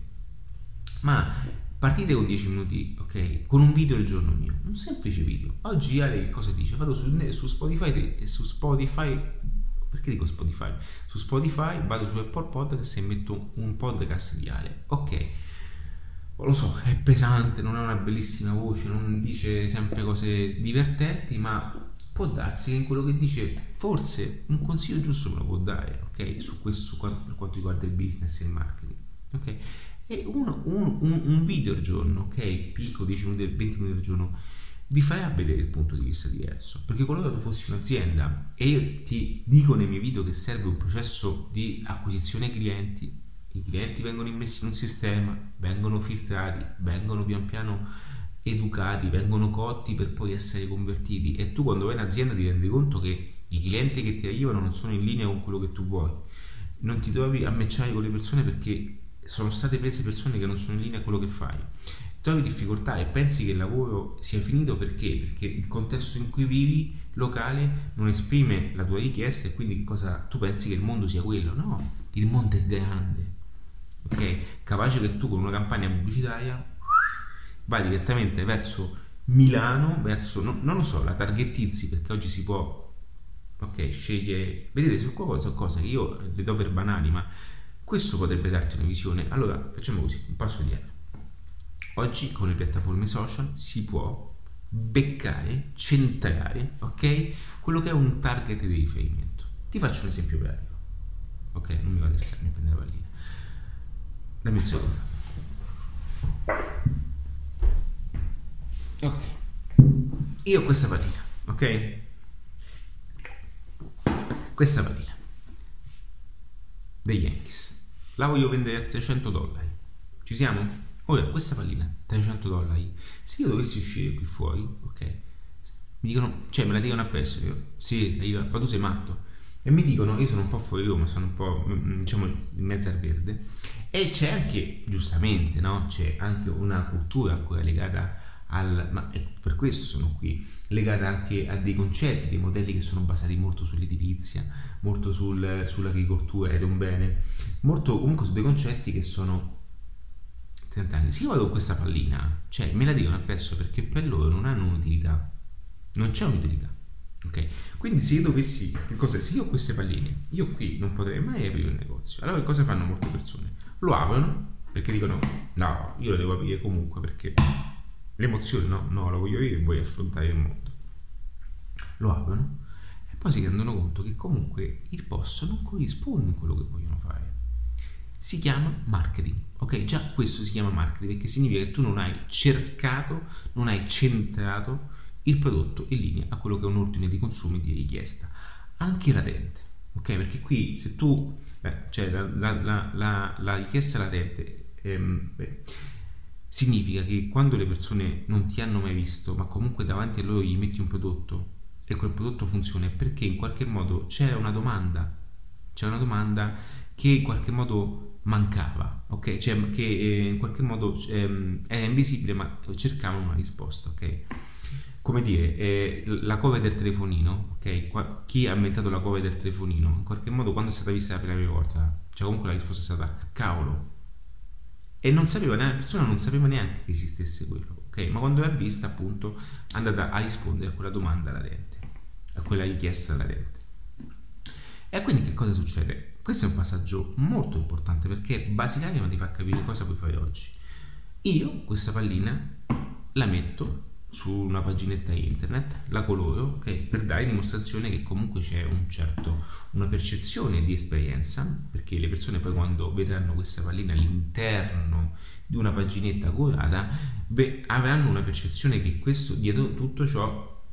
Ma partite con dieci minuti, ok? Con un video al giorno mio, un semplice video. Oggi Ale che cosa dice? Vado su, su Spotify e su Spotify, perché dico Spotify? Su Spotify vado su Apple Podcast e metto un podcast di Ale, ok? Lo so, è pesante, non ha una bellissima voce, non dice sempre cose divertenti, ma può darsi che in quello che dice forse un consiglio giusto me lo può dare, ok? Su questo, su quanto, per quanto riguarda il business e il marketing, ok? E uno, un, un, un video al giorno, ok? Piccolo, dieci minuti, venti minuti al giorno, vi farà vedere il punto di vista diverso, perché qualora tu fossi un'azienda e io ti dico nei miei video che serve un processo di acquisizione clienti, i clienti vengono immessi in un sistema, vengono filtrati, vengono pian piano educati, vengono cotti per poi essere convertiti, e tu quando vai in azienda ti rendi conto che i clienti che ti arrivano non sono in linea con quello che tu vuoi, non ti trovi a matchare con le persone perché sono state prese persone che non sono in linea con quello che fai, trovi difficoltà e pensi che il lavoro sia finito perché? Perché il contesto in cui vivi locale non esprime la tua richiesta, e quindi cosa, tu pensi che il mondo sia quello? No, il mondo è grande, ok? Capace che tu con una campagna pubblicitaria vai direttamente verso Milano, verso, no, non lo so, la targetizzi, perché oggi si può, ok, scegliere, vedete, su qua sono cose che io le do per banali, ma questo potrebbe darti una visione. Allora facciamo così, un passo dietro. Oggi con le piattaforme social si può beccare, centrare, ok, quello che è un target di riferimento. Ti faccio un esempio pratico, ok, non mi vado a stare a prendere la pallina, dammi un secondo. Ok, io ho questa pallina, ok, questa pallina dei Yankees la voglio vendere a trecento dollari, ci siamo? Ora questa pallina trecento dollari, se io dovessi uscire qui fuori, ok, mi dicono, cioè me la dicono appresso, io, sì, io, ma tu sei matto, e mi dicono, io sono un po' fuori Roma, sono un po', diciamo, in mezzo al verde, e c'è anche, giustamente, no, c'è anche una cultura ancora legata al, ma per questo sono qui, legata anche a dei concetti, dei modelli che sono basati molto sull'edilizia, molto sul, sull'agricoltura ed è un bene, molto comunque su dei concetti che sono trenta anni. Se io vado con questa pallina, cioè me la dicono appresso, perché per loro non hanno un'utilità, non c'è un'utilità, ok? Quindi se io dovessi, che cosa, se io ho queste palline, io qui non potrei mai aprire un negozio. Allora che cosa fanno molte persone? Lo aprono perché dicono no, io lo devo aprire comunque perché l'emozione, no, no, lo voglio aprire e voglio affrontare il mondo. Lo aprono e poi si rendono conto che comunque il post non corrisponde a quello che vogliono fare. Si chiama marketing, ok? Già questo si chiama marketing perché significa che tu non hai cercato, non hai centrato il prodotto in linea a quello che è un ordine di consumo e di richiesta, anche latente, ok? Perché qui se tu, eh, cioè la, la, la, la, la richiesta latente ehm, beh, significa che quando le persone non ti hanno mai visto, ma comunque davanti a loro gli metti un prodotto e quel prodotto funziona, è perché in qualche modo c'era una domanda, c'è una domanda che in qualche modo mancava, ok? Cioè che eh, in qualche modo ehm, era invisibile ma cercavano una risposta, ok? Come dire, eh, la cover del telefonino, ok? Qua, chi ha inventato la cover del telefonino, in qualche modo quando è stata vista per la prima volta, cioè comunque la risposta è stata cavolo, e non sapeva, la persona non sapeva neanche che esistesse quello, ok? Ma quando l'ha vista, appunto, è andata a rispondere a quella domanda latente, a quella richiesta latente. E quindi che cosa succede? Questo è un passaggio molto importante perché è basilare, ma ti fa capire cosa puoi fare oggi. Io questa pallina la metto su una paginetta internet, la coloro, ok, per dare dimostrazione che comunque c'è un certo, una percezione di esperienza, perché le persone poi quando vedranno questa pallina all'interno di una paginetta colorata, beh, avranno una percezione che questo, dietro tutto ciò,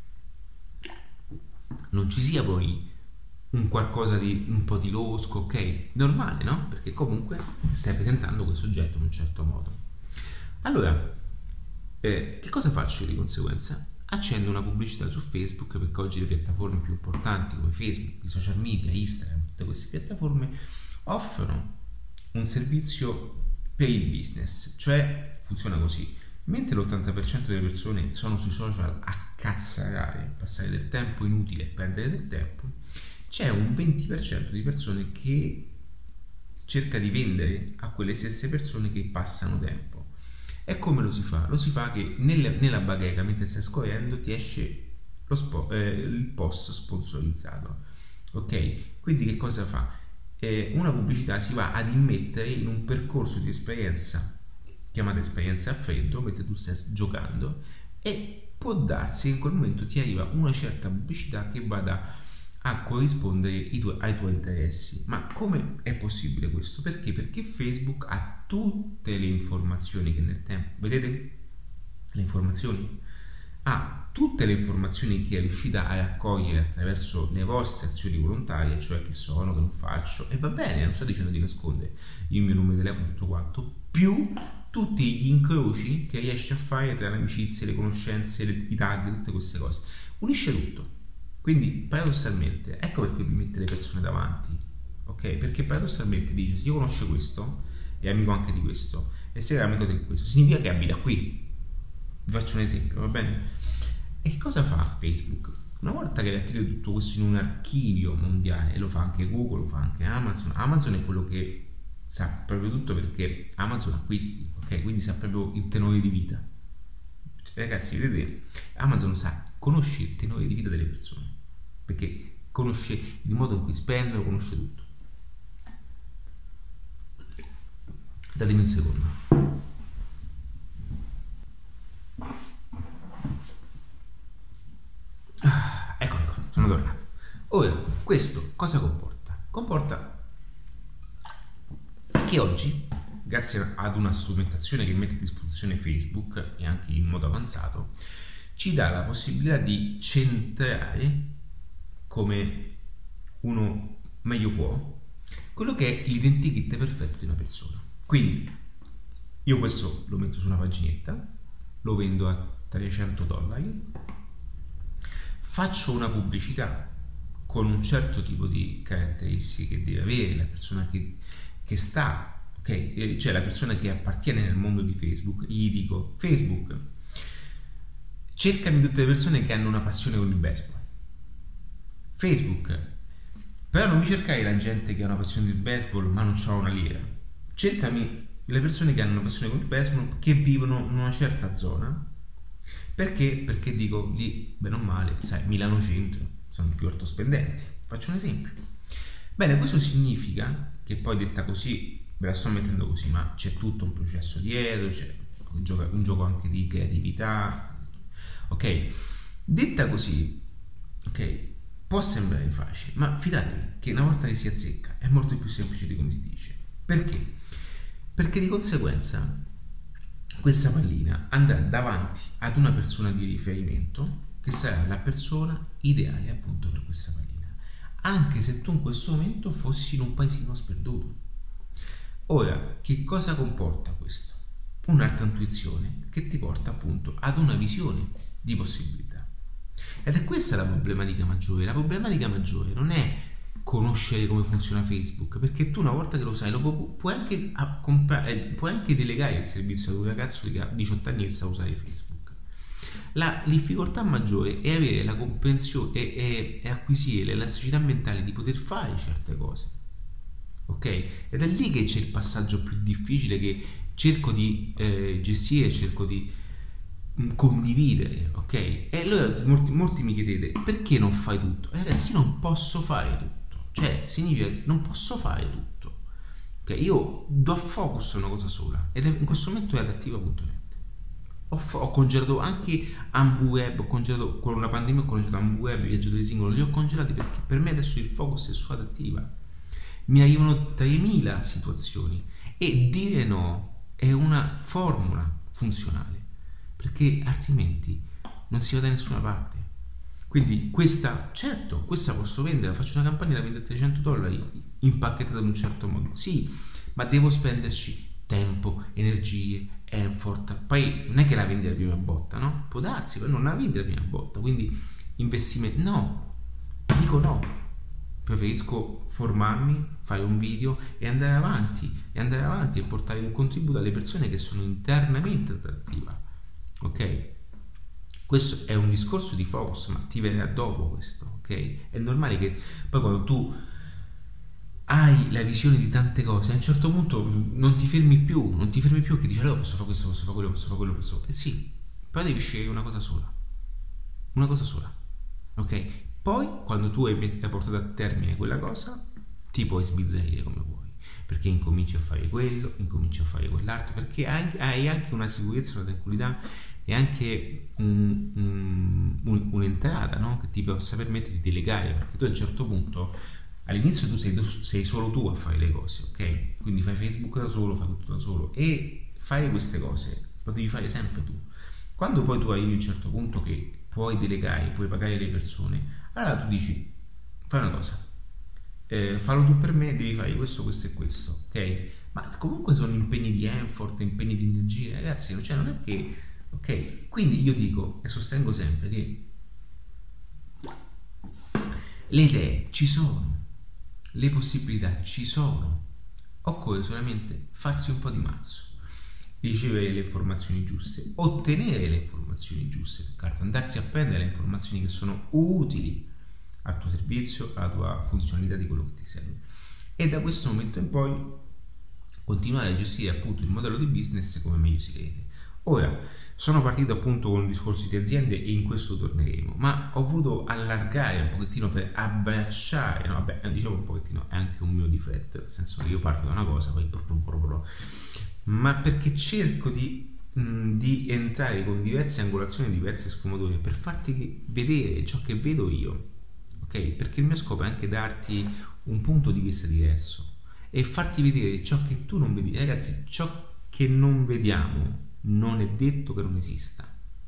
non ci sia poi un qualcosa di un po' di losco, ok? Normale, no? Perché comunque stai presentando questo oggetto in un certo modo. Allora, eh, che cosa faccio di conseguenza? Accendo una pubblicità su Facebook, perché oggi le piattaforme più importanti come Facebook, i social media, Instagram, tutte queste piattaforme offrono un servizio per il business, cioè funziona così. Mentre l'ottanta per cento delle persone sono sui social a cazzarare, passare del tempo inutile e perdere del tempo, c'è un venti per cento di persone che cerca di vendere a quelle stesse persone che passano tempo. E come lo si fa? Lo si fa che nel, nella bacheca, mentre stai scorrendo, ti esce lo spo, eh, il post sponsorizzato, ok? Quindi che cosa fa? Eh, una pubblicità si va ad immettere in un percorso di esperienza chiamata esperienza a freddo, mentre tu stai giocando, e può darsi che in quel momento ti arriva una certa pubblicità che vada a corrispondere i tuoi, ai tuoi interessi. Ma come è possibile questo? Perché? Perché Facebook ha tutte le informazioni che nel tempo, vedete le informazioni? Ha tutte le informazioni che è riuscita a raccogliere attraverso le vostre azioni volontarie, cioè chi sono, che non faccio, e va bene, non sto dicendo di nascondere il mio numero di telefono, tutto quanto, più tutti gli incroci che riesci a fare tra le amicizie, le conoscenze, le, i tag, tutte queste cose, unisce tutto. Quindi paradossalmente, ecco perché mi mette le persone davanti, ok? Perché paradossalmente dice, se io conosco questo, è amico anche di questo, e se è amico di questo, significa che abita qui. Vi faccio un esempio, va bene? E che cosa fa Facebook? Una volta che racchiude tutto questo in un archivio mondiale, e lo fa anche Google, lo fa anche Amazon, Amazon è quello che sa proprio tutto perché Amazon acquisti, ok? Quindi sa proprio il tenore di vita. Ragazzi, vedete, Amazon sa, conosce il tenore di vita delle persone, perché conosce il modo in cui spendono, conosce tutto. Datemi un secondo. Ah, eccomi qua, sono tornato. Ora, questo cosa comporta? Comporta che oggi, grazie ad una strumentazione che mette a disposizione Facebook e anche in modo avanzato, ci dà la possibilità di centrare, come uno meglio può, quello che è l'identikit perfetto di una persona. Quindi io questo lo metto su una paginetta, lo vendo a trecento dollari, faccio una pubblicità con un certo tipo di caratteristiche che deve avere la persona che, che sta, ok, cioè la persona che appartiene nel mondo di Facebook. Gli dico: Facebook, cercami tutte le persone che hanno una passione con il baseball. Facebook, però non mi cercare la gente che ha una passione del baseball ma non c'ha una lira. Cercami le persone che hanno una passione con il baseball, che vivono in una certa zona. Perché? Perché dico lì, bene o male, sai, Milano Centro sono più ortospendenti. Faccio un esempio. Bene, questo significa che poi, detta così, ve la sto mettendo così, ma c'è tutto un processo dietro, c'è un gioco, un gioco anche di creatività, ok? Detta così, ok? può sembrare facile, ma fidatevi che una volta che si azzecca è molto più semplice di come si dice. Perché? Perché di conseguenza questa pallina andrà davanti ad una persona di riferimento che sarà la persona ideale appunto per questa pallina, anche se tu in questo momento fossi in un paesino sperduto. Ora, che cosa comporta questo? Un'alta intuizione che ti porta appunto ad una visione di possibilità. Ed è questa la problematica maggiore. La problematica maggiore non è conoscere come funziona Facebook, perché tu una volta che lo sai lo pu- puoi anche a comprare, puoi anche delegare il servizio ad un ragazzo di diciotto anni che sa usare Facebook. La difficoltà maggiore è avere la comprensione e, e acquisire l'elasticità mentale di poter fare certe cose, ok? Ed è lì che c'è il passaggio più difficile che cerco di eh, gestire, cerco di mh, condividere, ok? E allora molti, molti mi chiedete perché non fai tutto? Eh, ragazzi, io non posso fare tutto. Cioè, significa che non posso fare tutto. Okay? Io do focus a una cosa sola ed è, in questo momento è adattiva punto net. Ho, fo- ho congelato anche AmbuWeb, ho congelato con una pandemia, ho congelato AmbuWeb, viaggiatori singolo, li ho congelati perché per me adesso il focus è su adattiva. Mi arrivano tremila situazioni e dire no è una formula funzionale, perché altrimenti non si va da nessuna parte. Quindi questa, certo, questa posso vendere, faccio una campagna da vendere trecento dollari impacchettata in un certo modo, sì, ma devo spenderci tempo, energie, effort. Poi non è che la vendi la prima botta, no? Può darsi, però non la vendi la prima botta, quindi investimento, no, dico no, preferisco formarmi, fare un video e andare avanti, e andare avanti e portare un contributo alle persone che sono internamente attrattive, ok? Questo è un discorso di focus, ma ti verrà dopo questo, ok? È normale che poi quando tu hai la visione di tante cose, a un certo punto non ti fermi più, non ti fermi più che dici allora posso fare questo, posso fare quello, posso fare quello, posso fare... Eh sì, però devi scegliere una cosa sola, una cosa sola, ok? Poi quando tu hai portato a termine quella cosa, ti puoi sbizzarrire come vuoi, perché incominci a fare quello, incominci a fare quell'altro, perché hai anche una sicurezza, una tranquillità e anche un, un, un'entrata, no? Che ti possa permettere di delegare, perché tu a un certo punto all'inizio tu sei, sei solo tu a fare le cose, ok? Quindi fai Facebook da solo, fai tutto da solo e fare queste cose lo devi fare sempre tu. Quando poi tu arrivi a un certo punto che puoi delegare, puoi pagare le persone, allora tu dici fai una cosa, eh, fallo tu per me, devi fare questo, questo e questo, ok? Ma comunque sono impegni di effort, impegni di energia, ragazzi, cioè non è che, ok? Quindi io dico e sostengo sempre che le idee ci sono, le possibilità ci sono, occorre solamente farsi un po' di mazzo, ricevere le informazioni giuste, ottenere le informazioni giuste, andarsi a prendere le informazioni che sono utili al tuo servizio, alla tua funzionalità di quello che ti serve, e da questo momento in poi continuare a gestire appunto il modello di business come meglio si crede. Ora, sono partito appunto con un discorso di aziende e in questo torneremo, ma ho voluto allargare un pochettino per abbracciare, no, vabbè, diciamo un pochettino, è anche un mio difetto, nel senso che io parto da una cosa, poi pro, pro, pro, pro, ma perché cerco di, mh, di entrare con diverse angolazioni, diverse sfumature, per farti vedere ciò che vedo io, ok? Perché il mio scopo è anche darti un punto di vista diverso e farti vedere ciò che tu non vedi. Ragazzi, ciò che non vediamo non è detto che non esista,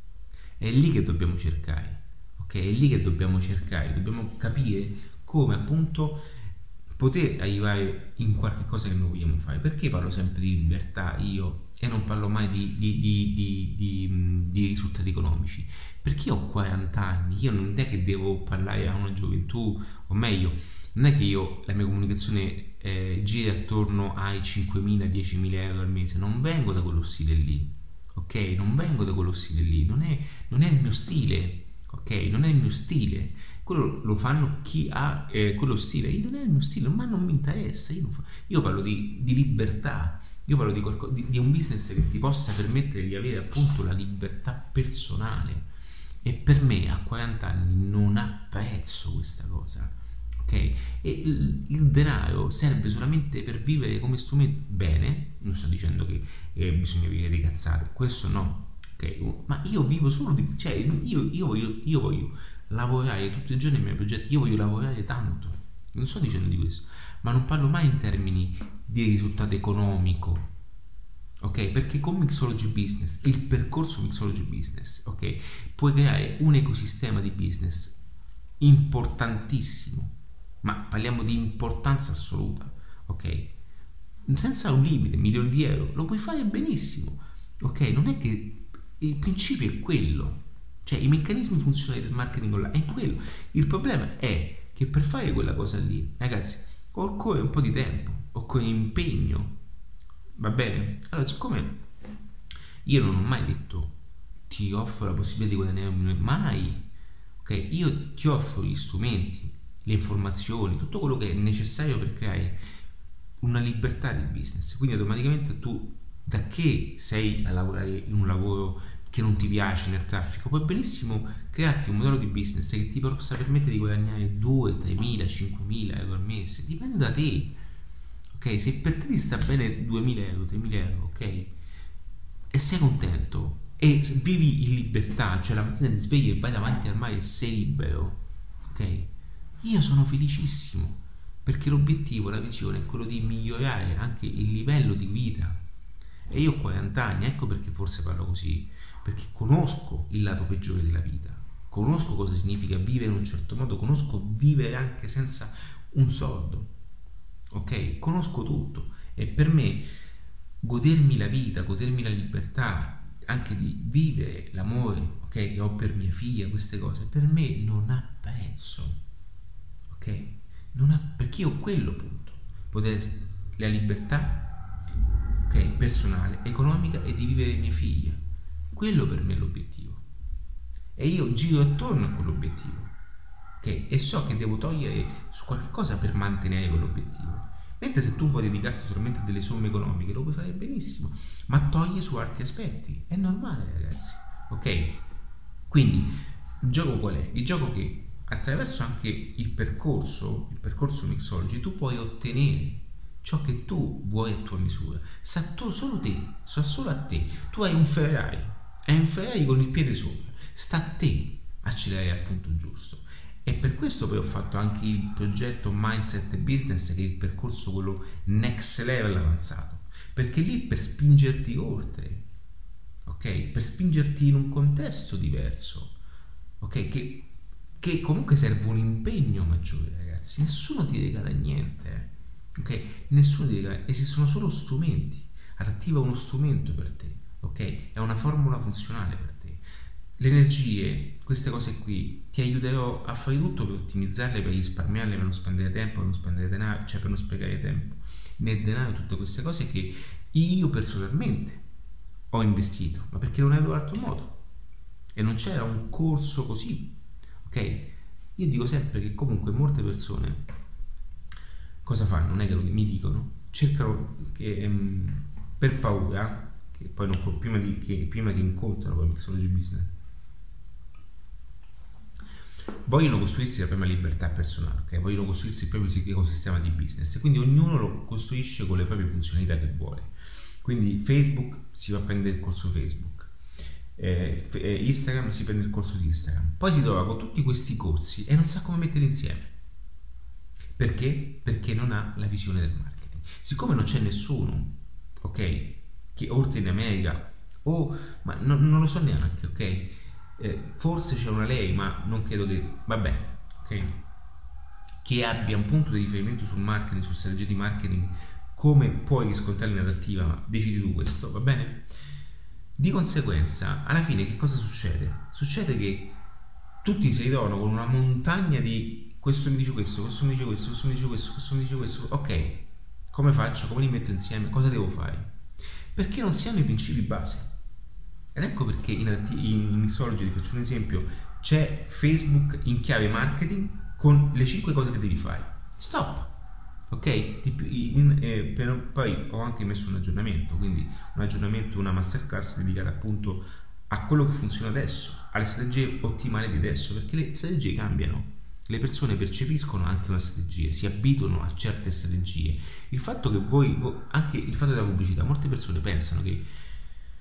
è lì che dobbiamo cercare, ok? È lì che dobbiamo cercare, dobbiamo capire come appunto poter arrivare in qualche cosa che noi vogliamo fare. Perché parlo sempre di libertà io e non parlo mai di, di, di, di, di, di risultati economici? Perché io ho quaranta anni, io non è che devo parlare a una gioventù, o meglio, non è che io la mia comunicazione eh, gira attorno ai cinquemila diecimila euro al mese, non vengo da quello stile lì, ok? Non vengo da quello stile lì, non è, non è il mio stile, ok? Non è il mio stile, quello lo fanno chi ha eh, quello stile, io non è il mio stile, ma non mi interessa, io, non fa... io parlo di, di libertà, io parlo di, qualcosa, di, di un business che ti possa permettere di avere appunto la libertà personale, e per me a quaranta anni non ha prezzo questa cosa, ok? E il, il denaro serve solamente per vivere come strumento. Bene, non sto dicendo che eh, bisogna vivere di cazzate, questo no, ok? Ma io vivo solo di, cioè io, io voglio io voglio lavorare tutti i giorni ai miei progetti. Io voglio lavorare tanto, non sto dicendo di questo, ma non parlo mai in termini di risultato economico, ok? Perché con Mixology Business, il percorso Mixology Business, ok, puoi creare un ecosistema di business importantissimo, ma parliamo di importanza assoluta, ok? Senza un limite, milioni di euro, lo puoi fare benissimo, ok? Non è che il principio è quello, cioè i meccanismi funzionali del marketing online è quello. Il problema è che per fare quella cosa lì, ragazzi, occorre un po' di tempo, occorre impegno, va bene? Allora, siccome io non ho mai detto ti offro la possibilità di guadagnare un milione, mai, ok? Io ti offro gli strumenti, le informazioni, tutto quello che è necessario per creare una libertà di business. Quindi automaticamente tu, da che sei a lavorare in un lavoro che non ti piace, nel traffico, puoi benissimo crearti un modello di business che ti possa permettere di guadagnare due, tremila, cinquemila euro al mese, dipende da te, ok? Se per te ti sta bene duemila euro, tremila euro, ok? E sei contento e vivi in libertà, cioè la mattina ti svegli e vai davanti al mare e sei libero, ok? Io sono felicissimo, perché l'obiettivo, la visione è quello di migliorare anche il livello di vita. E io ho quaranta anni, ecco perché forse parlo così, perché conosco il lato peggiore della vita, conosco cosa significa vivere in un certo modo, conosco vivere anche senza un soldo, ok? Conosco tutto, e per me godermi la vita, godermi la libertà, anche di vivere l'amore, ok, che ho per mia figlia, queste cose, per me non ha prezzo, ok? Non ha, perché io ho quello, punto, poter la libertà, ok, personale, economica, e di vivere mia figlia. Quello per me è l'obiettivo, e io giro attorno a quell'obiettivo, ok, e so che devo togliere su qualche cosa per mantenere quell'obiettivo. Mentre se tu vuoi dedicarti solamente a delle somme economiche, lo puoi fare benissimo, ma togli su altri aspetti, è normale, ragazzi, ok? Quindi il gioco qual è? Il gioco che attraverso anche il percorso, il percorso Mixology, tu puoi ottenere ciò che tu vuoi a tua misura. Sa tu, solo te, sa solo a te. Tu hai un Ferrari, hai un Ferrari con il piede sopra, sta a te accelerare al punto giusto. E per questo poi ho fatto anche il progetto Mindset Business, che è il percorso quello next level avanzato, perché lì per spingerti oltre, ok? Per spingerti in un contesto diverso, ok? Che che comunque serve un impegno maggiore, ragazzi. Nessuno ti regala niente, ok? Nessuno ti regala, esistono solo strumenti. Attiva uno strumento per te, ok? È una formula funzionale per te. Le energie, queste cose qui, ti aiuterò a fare tutto per ottimizzarle, per risparmiarle, per non spendere tempo, per non spendere denaro, cioè per non sprecare tempo né denaro, tutte queste cose che io personalmente ho investito, ma perché non avevo altro modo e non c'era un corso così. Ok? Io dico sempre che comunque molte persone cosa fanno? Non è che lo, mi dicono, cercano che ehm, per paura, che poi non, prima, di, che, prima che incontrano poi Mixology Business, vogliono costruirsi la propria libertà personale, ok? Vogliono costruirsi il proprio ecosistema di business, e quindi ognuno lo costruisce con le proprie funzionalità che vuole. Quindi Facebook si va a prendere il corso Facebook, Eh, Instagram si prende il corso di Instagram, poi si trova con tutti questi corsi e non sa come mettere insieme. Perché? Perché non ha la visione del marketing. Siccome non c'è nessuno, ok, che oltre in America o ma non, non lo so neanche, ok, eh, forse c'è una lei, ma non credo che, vabbè, ok, che abbia un punto di riferimento sul marketing, su strategie di marketing, come puoi riscontrare in adattiva, ma decidi tu questo, va bene? Di conseguenza, alla fine che cosa succede? Succede che tutti si ritrovano con una montagna di questo mi dice questo, questo mi dice questo, questo mi dice questo, questo mi dice questo. Ok, come faccio? Come li metto insieme? Cosa devo fare? Perché non si hanno i principi base. Ed ecco perché in, in Mixology, vi faccio un esempio, c'è Facebook in chiave marketing con le cinque cose che devi fare. Stop! Ok, in, eh, per, poi ho anche messo un aggiornamento, quindi un aggiornamento, una masterclass dedicata appunto a quello che funziona adesso, alle strategie ottimali di adesso, perché le strategie cambiano, le persone percepiscono anche una strategia, si abituano a certe strategie. Il fatto che voi, anche il fatto della pubblicità, molte persone pensano che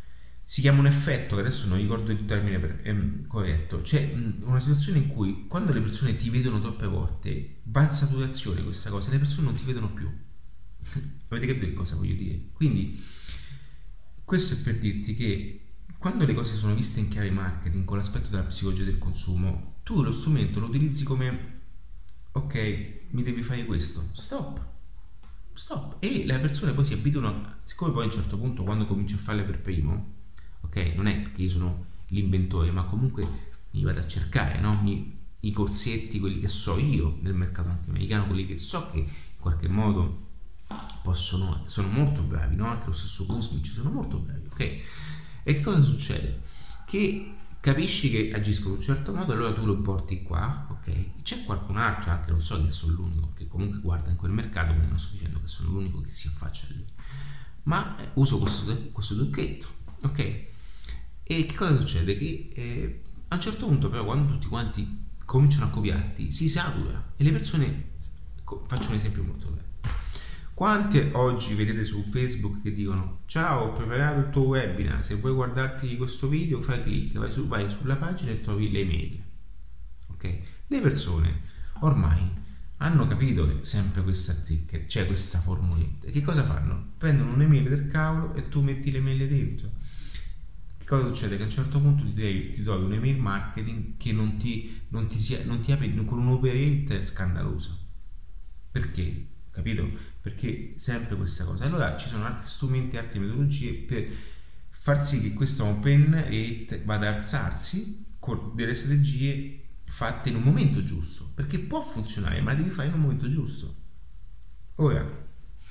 si chiama un effetto, che adesso non ricordo il termine per, ehm, corretto, c'è mh, una situazione in cui quando le persone ti vedono troppe volte va in saturazione questa cosa, le persone non ti vedono più. Avete capito che cosa voglio dire? Quindi questo è per dirti che quando le cose sono viste in chiave marketing con l'aspetto della psicologia del consumo, tu lo strumento lo utilizzi come ok, mi devi fare questo, stop, stop, e le persone poi si abituano, siccome poi a un certo punto quando cominci a farle per primo, ok, non è perché io sono l'inventore, ma comunque mi vado a cercare, no? Mi, i corsetti, quelli che so io nel mercato anche americano, quelli che so che in qualche modo possono, sono molto bravi, no? Anche lo stesso Kuzmich sono molto bravi, ok? E che cosa succede? Che capisci che agiscono in un certo modo, allora tu lo porti qua, ok? C'è qualcun altro, anche non so che sono l'unico che comunque guarda in quel mercato, quindi non sto dicendo che sono l'unico che si affaccia lì, ma eh, uso questo, questo trucchetto, ok? E che cosa succede? Che eh, a un certo punto però quando tutti quanti cominciano a copiarti si satura e le persone, faccio un esempio molto bello. Quante oggi vedete su Facebook che dicono ciao, ho preparato il tuo webinar, se vuoi guardarti questo video fai clic, vai, su, vai sulla pagina e trovi le mail, ok? Le persone ormai hanno capito che sempre questa zicca, c'è questa formuletta, e che cosa fanno? Prendono un'email del cavolo e tu metti le mail dentro. Che cosa succede? Che a un certo punto ti, devi, ti trovi un'email marketing che non ti, non ti, sia, non ti apre con un'operator scandalosa. Perché? Capito? Perché sempre questa cosa. Allora ci sono altri strumenti, altre metodologie per far sì che questa open rate vada ad alzarsi con delle strategie fatte in un momento giusto, perché può funzionare, ma la devi fare in un momento giusto. Ora,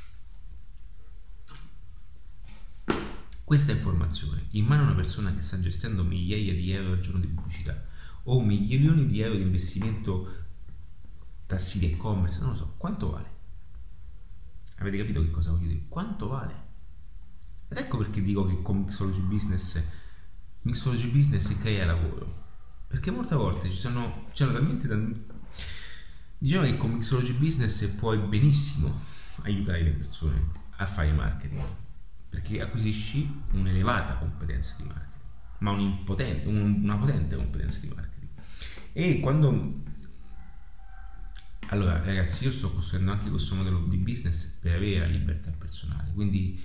questa informazione in mano a una persona che sta gestendo migliaia di euro al giorno di pubblicità o milioni di euro di investimento tra siti e-commerce, non lo so, quanto vale? Avete capito che cosa voglio dire? Quanto vale? Ed ecco perché dico che con Mixology Business Mixology Business crea lavoro, perché molte volte ci sono, ci sono talmente tanti, diciamo che con Mixology Business puoi benissimo aiutare le persone a fare marketing, perché acquisisci un'elevata competenza di marketing, ma un potente, un, una potente competenza di marketing. E quando allora ragazzi, io sto costruendo anche questo modello di business per avere la libertà personale, quindi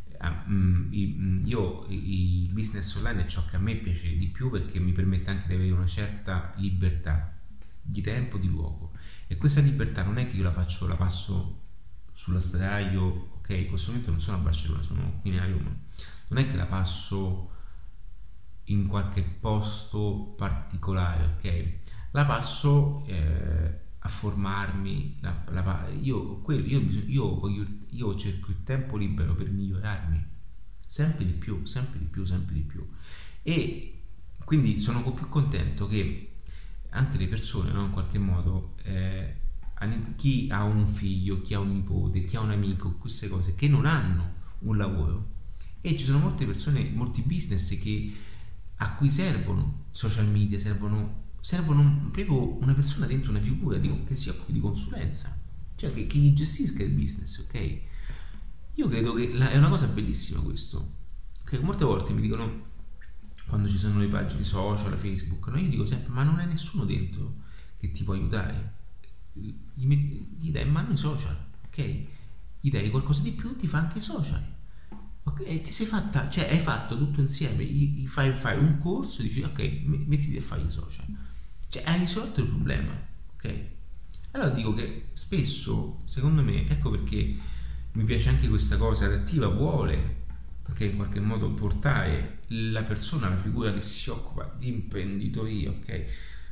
io il business online è ciò che a me piace di più, perché mi permette anche di avere una certa libertà di tempo, di luogo, e questa libertà non è che io la faccio, la passo sulla straio, ok, in questo momento non sono a Barcellona, sono qui a Roma, non è che la passo in qualche posto particolare, ok, la passo eh, a formarmi, la, la, io, quello, io, io, voglio, io cerco il tempo libero per migliorarmi sempre di più, sempre di più, sempre di più, e quindi sono più contento che anche le persone, no, in qualche modo eh, chi ha un figlio, chi ha un nipote, chi ha un amico, queste cose che non hanno un lavoro, e ci sono molte persone, molti business che, a cui servono social media, servono servono proprio una persona dentro, una figura di, che si occupi di consulenza, cioè che, che gli gestisca il business, ok? Io credo che la, è una cosa bellissima questo, che molte volte mi dicono, quando ci sono le pagine social, Facebook, no? Io dico sempre, ma non è nessuno dentro che ti può aiutare, gli, metti, gli dai in mano i social, ok? Gli dai qualcosa di più, ti fa anche i social, okay? E ti sei fatta, cioè hai fatto tutto insieme, gli, gli fai, fai un corso e dici ok, mettiti a fare i social, cioè hai risolto il problema, ok? Allora dico che spesso, secondo me, ecco perché mi piace anche questa cosa, Adattiva vuole, ok, in qualche modo portare la persona, la figura che si occupa di imprenditoria, ok,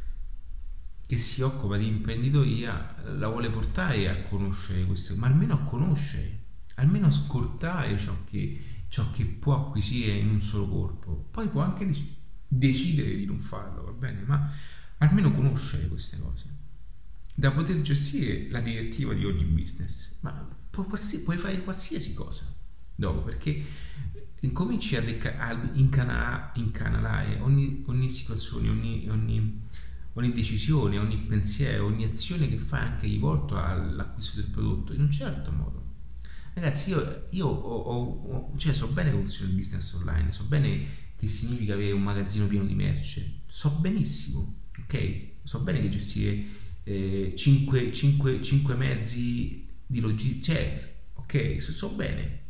che si occupa di imprenditoria, la vuole portare a conoscere queste, ma almeno a conoscere, almeno a ascoltare ciò che, ciò che può acquisire in un solo colpo. Poi può anche decidere di non farlo, va bene, ma almeno conoscere queste cose, da poter gestire la direttiva di ogni business. Ma pu- puoi fare qualsiasi cosa dopo, perché incominci a, deca- a incana- incanalare ogni, ogni situazione, ogni, ogni, ogni decisione, ogni pensiero, ogni azione che fai, anche rivolto all'acquisto del prodotto, in un certo modo. Ragazzi, io, io ho, ho, ho, cioè so bene come funziona il business online, so bene che significa avere un magazzino pieno di merce. So benissimo, ok? So bene che gestire eh, cinque, cinque, cinque mezzi di logistica, cioè, ok, so, so bene.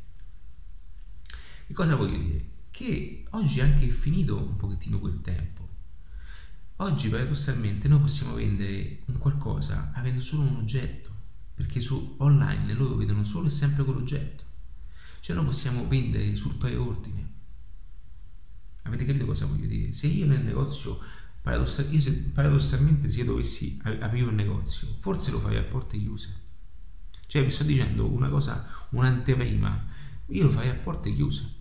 Che cosa voglio dire? Che oggi è anche finito un pochettino quel tempo. Oggi paradossalmente noi possiamo vendere un qualcosa avendo solo un oggetto, perché su online loro vedono solo e sempre quell'oggetto. Cioè noi possiamo vendere sul preordine. Avete capito cosa voglio dire? Se io nel negozio, paradossal- io se, paradossalmente se io dovessi aprire un negozio, forse lo farei a porte chiuse. Cioè vi sto dicendo una cosa, un'anteprima, io lo farei a porte chiuse.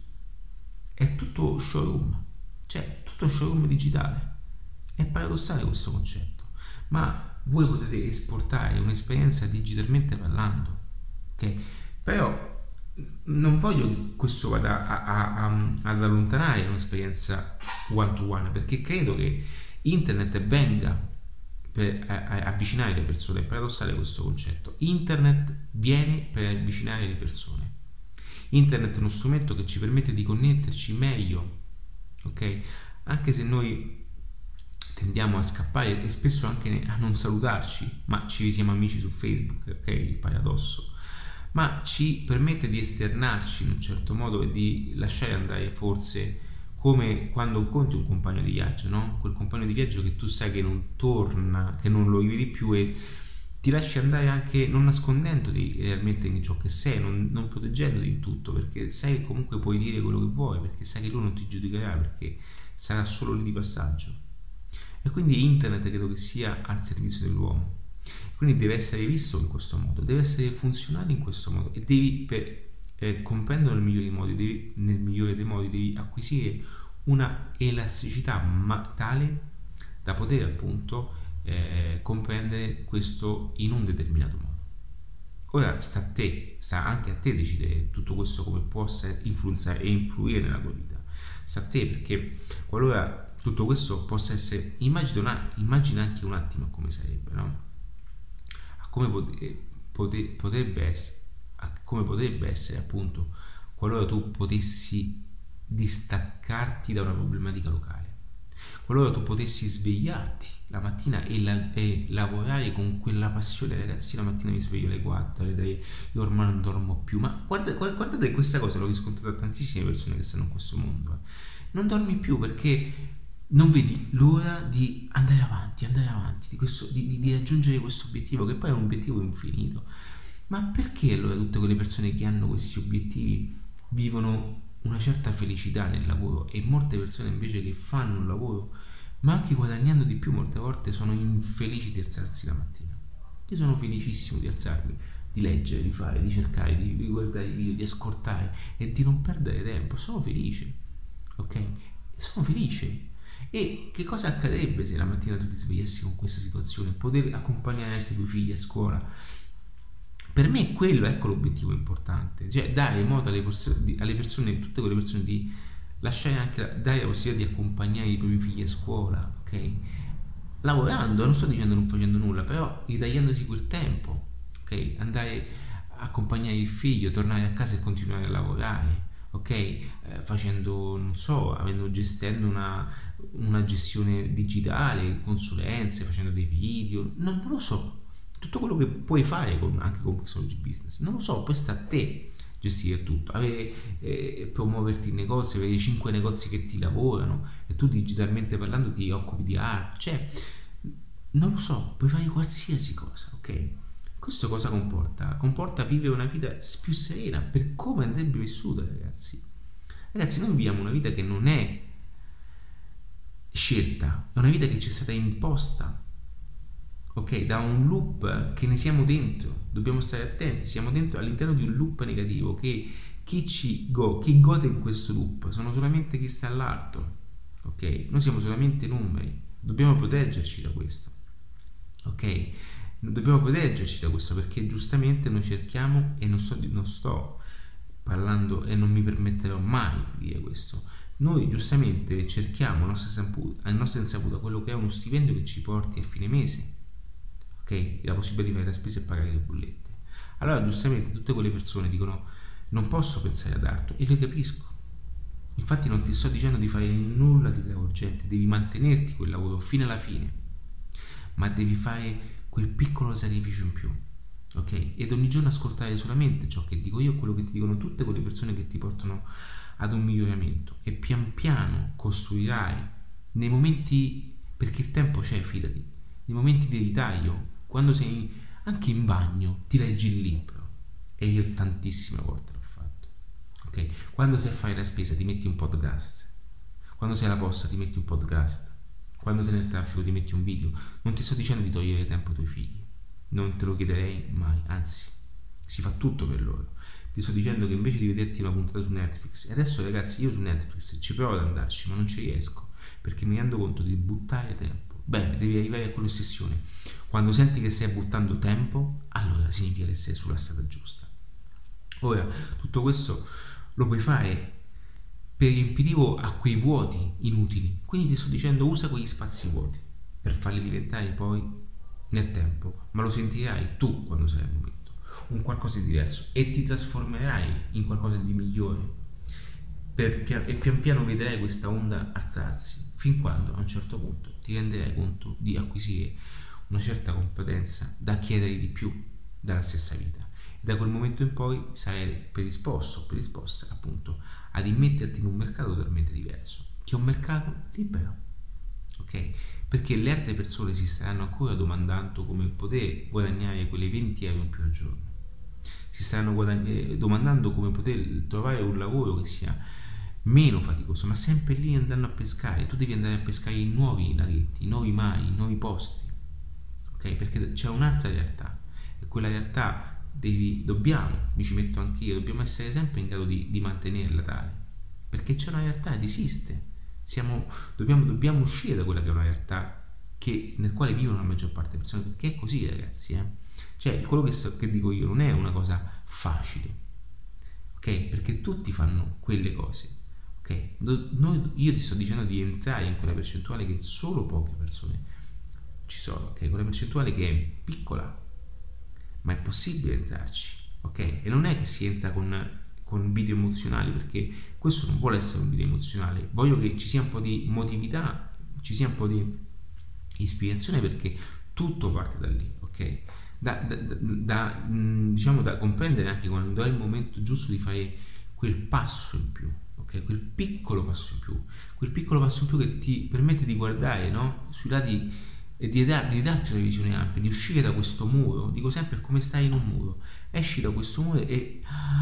È tutto showroom, cioè tutto showroom digitale. È paradossale questo concetto, ma voi potete esportare un'esperienza digitalmente parlando, ok? Però non voglio che questo vada a, a, a, ad allontanare un'esperienza one to one, perché credo che internet venga per a, a avvicinare le persone. È paradossale questo concetto. Internet viene per avvicinare le persone. Internet è uno strumento che ci permette di connetterci meglio, ok? Anche se noi tendiamo a scappare e spesso anche a non salutarci, ma ci siamo amici su Facebook, ok? Il paradosso. Ma ci permette di esternarci in un certo modo e di lasciare andare, forse come quando incontri un compagno di viaggio, no? Quel compagno di viaggio che tu sai che non torna, che non lo rivedi più, e ti lasci andare anche non nascondendoti realmente in ciò che sei, non, non proteggendoti in tutto, perché sai che comunque puoi dire quello che vuoi, perché sai che lui non ti giudicherà, perché sarà solo lì di passaggio. E quindi internet credo che sia al servizio dell'uomo, quindi deve essere visto in questo modo, deve essere funzionale in questo modo, e devi, per eh, comprenderlo nel migliore dei modi, devi, nel migliore dei modi devi acquisire una elasticità ma tale da poter appunto eh, comprendere questo in un determinato modo. Ora sta a te, sta anche a te decidere tutto questo come possa influenzare e influire nella tua vita. Sta a te, perché qualora tutto questo possa essere, immagina, una, immagina anche un attimo come sarebbe, no? A come pot- pot- potrebbe essere, a come potrebbe essere appunto qualora tu potessi distaccarti da una problematica locale, qualora tu potessi svegliarti la mattina e, la, e lavorare con quella passione. Ragazzi, la mattina mi sveglio alle quattro, alle tre, io ormai non dormo più, ma guarda, guardate, questa cosa l'ho riscontrata da tantissime persone che stanno in questo mondo, eh. Non dormi più perché non vedi l'ora di andare avanti, andare avanti, di, questo, di, di raggiungere questo obiettivo, che poi è un obiettivo infinito. Ma perché allora tutte quelle persone che hanno questi obiettivi vivono una certa felicità nel lavoro, e molte persone invece che fanno un lavoro, ma anche guadagnando di più, molte volte sono infelici di alzarsi la mattina? Io sono felicissimo di alzarmi, di leggere, di fare, di cercare, di, di guardare i video, di ascoltare e di non perdere tempo. Sono felice, ok? Sono felice. E che cosa accadrebbe se la mattina tu ti svegliassi con questa situazione? Poter accompagnare anche i tuoi figli a scuola. Per me quello, ecco l'obiettivo importante, cioè dare modo alle persone, alle persone, tutte quelle persone, di lasciare anche, dare la possibilità di accompagnare i propri figli a scuola, ok? Lavorando, non sto dicendo non facendo nulla, però ritagliandosi quel tempo, ok? Andare a accompagnare il figlio, tornare a casa e continuare a lavorare, ok? Eh, facendo, non so, avendo gestendo una, una gestione digitale, consulenze, facendo dei video, non, non lo so, tutto quello che puoi fare con, anche con Mixology Business, non lo so, poi sta a te gestire tutto, avere, eh, promuoverti in negozio, avere cinque negozi che ti lavorano e tu digitalmente parlando ti occupi di arte, cioè non lo so, puoi fare qualsiasi cosa, ok? Questo cosa comporta? Comporta vivere una vita più serena, per come andrebbe vissuta, ragazzi. Ragazzi, noi viviamo una vita che non è scelta, è una vita che ci è stata imposta, ok? Da un loop che ne siamo dentro. Dobbiamo stare attenti, siamo dentro all'interno di un loop negativo che chi ci go, chi gode in questo loop sono solamente chi sta all'alto, ok? Noi siamo solamente numeri, dobbiamo proteggerci da questo, ok? Dobbiamo proteggerci da questo, perché giustamente noi cerchiamo, e non sto, non sto parlando e non mi permetterò mai di dire questo, noi giustamente cerchiamo a nostra insaputa, a nostra insaputa quello che è uno stipendio che ci porti a fine mese, ok? La possibilità di fare la spesa e pagare le bollette. Allora giustamente tutte quelle persone dicono non posso pensare ad altro, e lo capisco, Infatti non ti sto dicendo di fare nulla di urgente, devi mantenerti quel lavoro fino alla fine, ma devi fare quel piccolo sacrificio in più, ok? Ed ogni giorno ascoltare solamente ciò che dico io, quello che ti dicono tutte quelle persone che ti portano ad un miglioramento, e pian piano costruirai nei momenti, perché il tempo c'è, fidati, nei momenti di ritaglio, quando sei anche in bagno, ti leggi il libro, e io tantissime volte l'ho fatto, ok? Quando sei a fare la spesa ti metti un podcast, quando sei alla posta ti metti un podcast, quando sei nel traffico ti metti un video. Non ti sto dicendo di togliere tempo ai tuoi figli, non te lo chiederei mai, anzi si fa tutto per loro. Ti sto dicendo che invece di vederti una puntata su Netflix, e adesso ragazzi io su Netflix ci provo ad andarci ma non ci riesco, perché mi rendo conto di buttare tempo. Bene, devi arrivare a quell'ossessione. Quando senti che stai buttando tempo, allora significa che sei sulla strada giusta. Ora, tutto questo lo puoi fare per riempitivo a quei vuoti inutili, quindi ti sto dicendo usa quegli spazi vuoti per farli diventare poi nel tempo, ma lo sentirai tu quando sarai al momento, un qualcosa di diverso, e ti trasformerai in qualcosa di migliore, per pia- e pian piano vedrai questa onda alzarsi, fin quando a un certo punto ti renderai conto di acquisire una certa competenza da chiedere di più dalla stessa vita, e da quel momento in poi sarai predisposto, predisposta appunto ad immetterti in un mercato totalmente diverso, che è un mercato libero, ok? Perché le altre persone si staranno ancora domandando come poter guadagnare quelle venti euro in più al giorno, si staranno guadagn- domandando come poter trovare un lavoro che sia meno faticoso, ma sempre lì andando a pescare. Tu devi andare a pescare in nuovi laghetti, in nuovi mari, in nuovi posti, ok? Perché c'è un'altra realtà, e quella realtà devi, dobbiamo, mi ci metto anch'io, dobbiamo essere sempre in grado di, di mantenerla tale, perché c'è una realtà ed esiste. Siamo, dobbiamo, dobbiamo uscire da quella che è una realtà che, nel quale vivono la maggior parte delle persone, perché è così ragazzi, eh? Cioè quello che, so, che dico io non è una cosa facile, ok? Perché tutti fanno quelle cose, ok? Noi, io ti sto dicendo di entrare in quella percentuale che solo poche persone ci sono, ok? Quella percentuale che è piccola, ma è possibile entrarci, ok? E non è che si entra con, con video emozionali, perché questo non vuole essere un video emozionale. Voglio che ci sia un po' di emotività, ci sia un po' di ispirazione, perché tutto parte da lì, ok? Da, da, da, diciamo da comprendere anche quando è il momento giusto di fare quel passo in più, ok? Quel piccolo passo in più, quel piccolo passo in più che ti permette di guardare, no? Sui lati, e di, dar, di darti una visione ampia, di uscire da questo muro. Dico sempre, come stai in un muro, esci da questo muro e,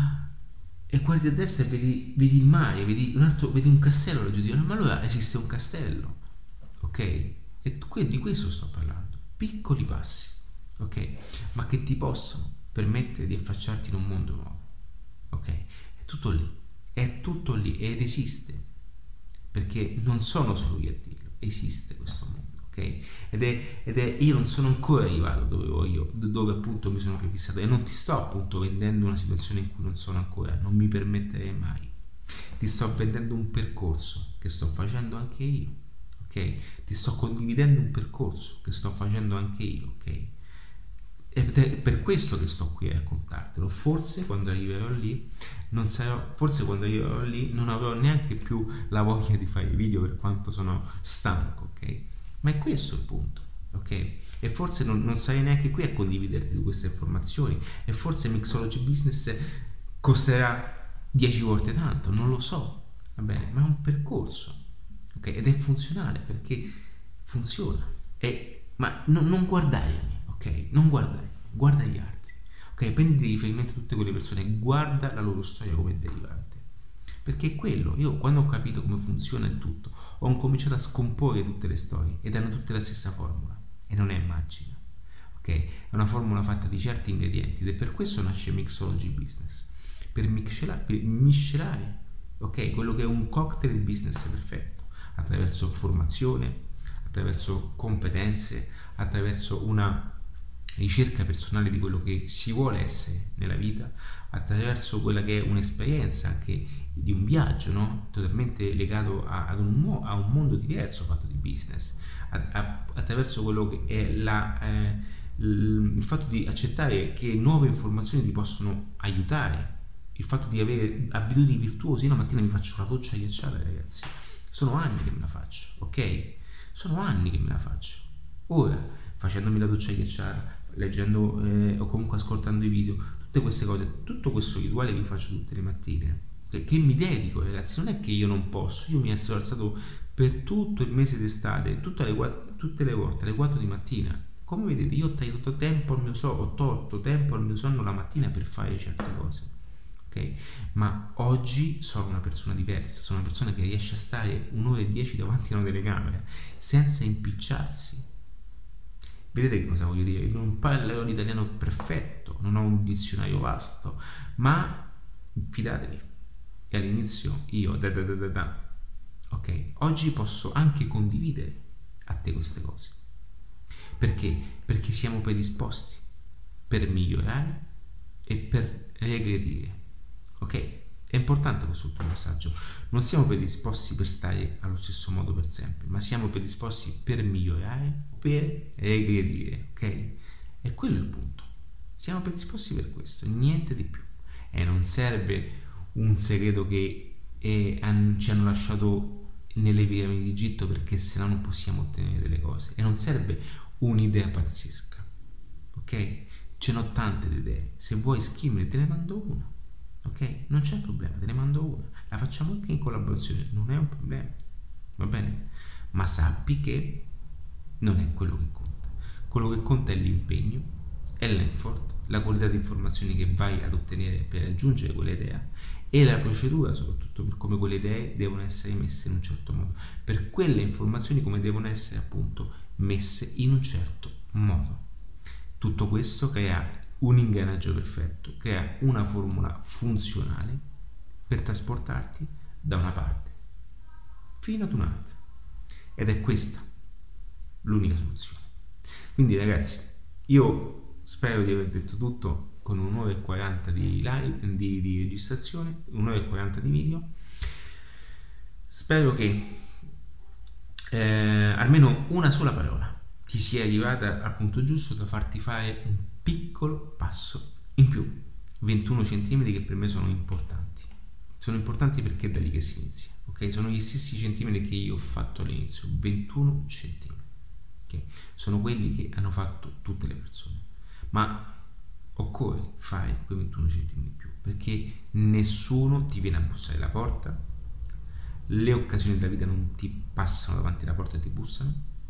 e guardi a destra e vedi, vedi il mare, vedi un altro, vedi un castello laggiù, dico, ma allora esiste un castello, ok? E di questo sto parlando, piccoli passi, ok? Ma che ti possono permettere di affacciarti in un mondo nuovo, ok? È tutto lì, è tutto lì ed esiste, perché non sono solo io a dirlo, esiste questo mondo. Okay? Ed, è, ed è io non sono ancora arrivato dove voglio, dove appunto mi sono prefissato, e non ti sto appunto vendendo una situazione in cui non sono ancora, non mi permetterei mai. Ti sto vendendo un percorso che sto facendo anche io, ok? Ti sto condividendo un percorso che sto facendo anche io, ok? Ed è per questo che sto qui a raccontartelo. Forse quando arriverò lì non sarò, forse quando arriverò lì non avrò neanche più la voglia di fare video, per quanto sono stanco, ok? Ma è questo il punto, ok? E forse non, non sarei neanche qui a condividerti queste informazioni, e forse Mixology Business costerà dieci volte tanto, non lo so, va bene? Ma è un percorso, ok? Ed è funzionale, perché funziona. E, ma no, non guardarmi, ok? Non guardare, guarda gli altri, ok? Prendi di riferimento tutte quelle persone, guarda la loro storia come derivante. Perché è quello, io quando ho capito come funziona il tutto, ho incominciato a scomporre tutte le storie, ed hanno tutte la stessa formula, e non è magica, ok? È una formula fatta di certi ingredienti, ed è per questo nasce Mixology Business, per miscelare, per miscelare, ok? Quello che è un cocktail di business perfetto, attraverso formazione, attraverso competenze, attraverso una ricerca personale di quello che si vuole essere nella vita, attraverso quella che è un'esperienza anche di un viaggio, no? Totalmente legato a, ad un, a un mondo diverso fatto di business, a, a, attraverso quello che è la, eh, il fatto di accettare che nuove informazioni ti possono aiutare il fatto di avere abitudini virtuose. Io la mattina mi faccio la doccia ghiacciata, ragazzi, sono anni che me la faccio, ok? Sono anni che me la faccio. Ora, facendomi la doccia ghiacciata, leggendo eh, o comunque ascoltando i video, tutte queste cose, tutto questo rituale che faccio tutte le mattine, che mi dedico, ragazzi, non è che io non posso, io mi sono alzato per tutto il mese d'estate, tutte le, tutte le volte alle quattro di mattina. Come vedete, io ho tagliato tempo al mio sonno, ho tolto tempo al mio sonno la mattina per fare certe cose, ok? Ma oggi sono una persona diversa, sono una persona che riesce a stare un'ora e dieci davanti a una telecamera senza impicciarsi. Vedete che cosa voglio dire? Non parlo l'italiano perfetto, non ho un dizionario vasto, ma fidatevi. E all'inizio io da da da da da ok, oggi posso anche condividere a te queste cose. Perché? Perché siamo predisposti per migliorare e per regredire, ok? È importante questo ultimo passaggio. Non siamo predisposti per stare allo stesso modo per sempre, ma siamo predisposti per migliorare, per regredire, ok? E quello è il punto. Siamo predisposti per questo, niente di più. E non serve un segreto che è, an, ci hanno lasciato nelle piramidi d'Egitto, perché se no non possiamo ottenere delle cose. E non serve un'idea pazzesca, ok? Ce n'ho tante di idee. Se vuoi scrivere, te ne mando una, ok? Non c'è problema, te ne mando una. La facciamo anche in collaborazione, non è un problema, va bene? Ma sappi che non è quello che conta. Quello che conta è l'impegno, è l'effort, la qualità di informazioni che vai ad ottenere per raggiungere quell'idea, e la procedura, soprattutto per come quelle idee devono essere messe in un certo modo, per quelle informazioni come devono essere appunto messe in un certo modo. Tutto questo crea un ingranaggio perfetto, crea una formula funzionale per trasportarti da una parte fino ad un'altra, ed è questa l'unica soluzione. Quindi ragazzi, io spero di aver detto tutto con un'ora e quaranta di live, di, di registrazione, un'ora e quaranta di video. Spero che eh, almeno una sola parola ti sia arrivata al punto giusto da farti fare un piccolo passo in più. ventuno centimetri che per me sono importanti. Sono importanti perché è da lì che si inizia, ok? Sono gli stessi centimetri che io ho fatto all'inizio, ventuno centimetri, ok? Sono quelli che hanno fatto tutte le persone, ma occorre fare quei ventuno centimetri in più, perché nessuno ti viene a bussare alla porta, le occasioni della vita non ti passano davanti alla porta e ti bussano,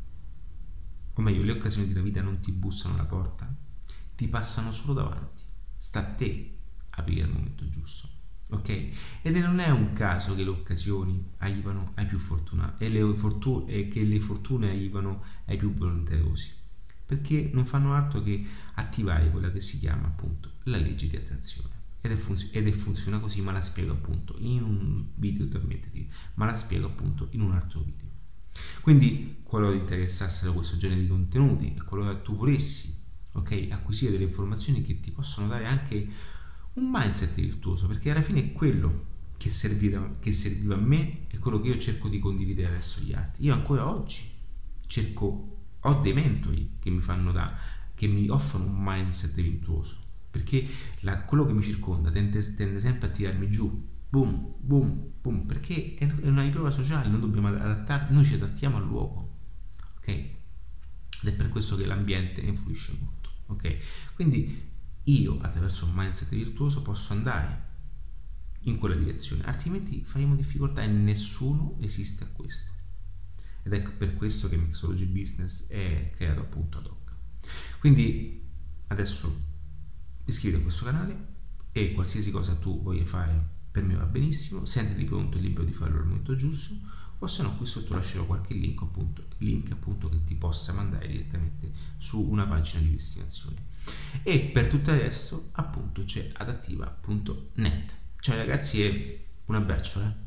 o meglio, le occasioni della vita non ti bussano alla porta, ti passano solo davanti. Sta a te aprire al momento giusto, ok? Ed non è un caso che le occasioni arrivano ai più fortunati e, le fortune, e che le fortune arrivano ai più volenterosi, perché non fanno altro che attivare quella che si chiama appunto la legge di attrazione, ed è, funz- ed è funziona così, ma la spiego appunto in un video totalmente diverso, ma la spiego appunto in un altro video. Quindi qualora ti interessassero questo genere di contenuti e qualora tu volessi, ok, acquisire delle informazioni che ti possono dare anche un mindset virtuoso, perché alla fine è quello che serviva, che serviva a me, è quello che io cerco di condividere adesso agli altri. Io ancora oggi cerco, ho dei mentori che mi fanno da, che mi offrono un mindset virtuoso, perché la, quello che mi circonda tende, tende sempre a tirarmi giù, boom, boom, boom, perché è una riprova sociale, noi dobbiamo adattare, noi ci adattiamo al luogo, ok? Ed è per questo che l'ambiente influisce molto, ok? Quindi io attraverso un mindset virtuoso posso andare in quella direzione, altrimenti faremo difficoltà e nessuno resiste a questo. Ed è per questo che Mixology Business è creato appunto ad hoc. Quindi adesso iscriviti a questo canale e qualsiasi cosa tu voglia fare per me va benissimo, sentiti pronto e libero di farlo al momento giusto, o se no qui sotto lascerò qualche link appunto, link appunto che ti possa mandare direttamente su una pagina di destinazione. E per tutto il resto appunto c'è adattiva punto net. Ciao ragazzi e un abbraccio, eh.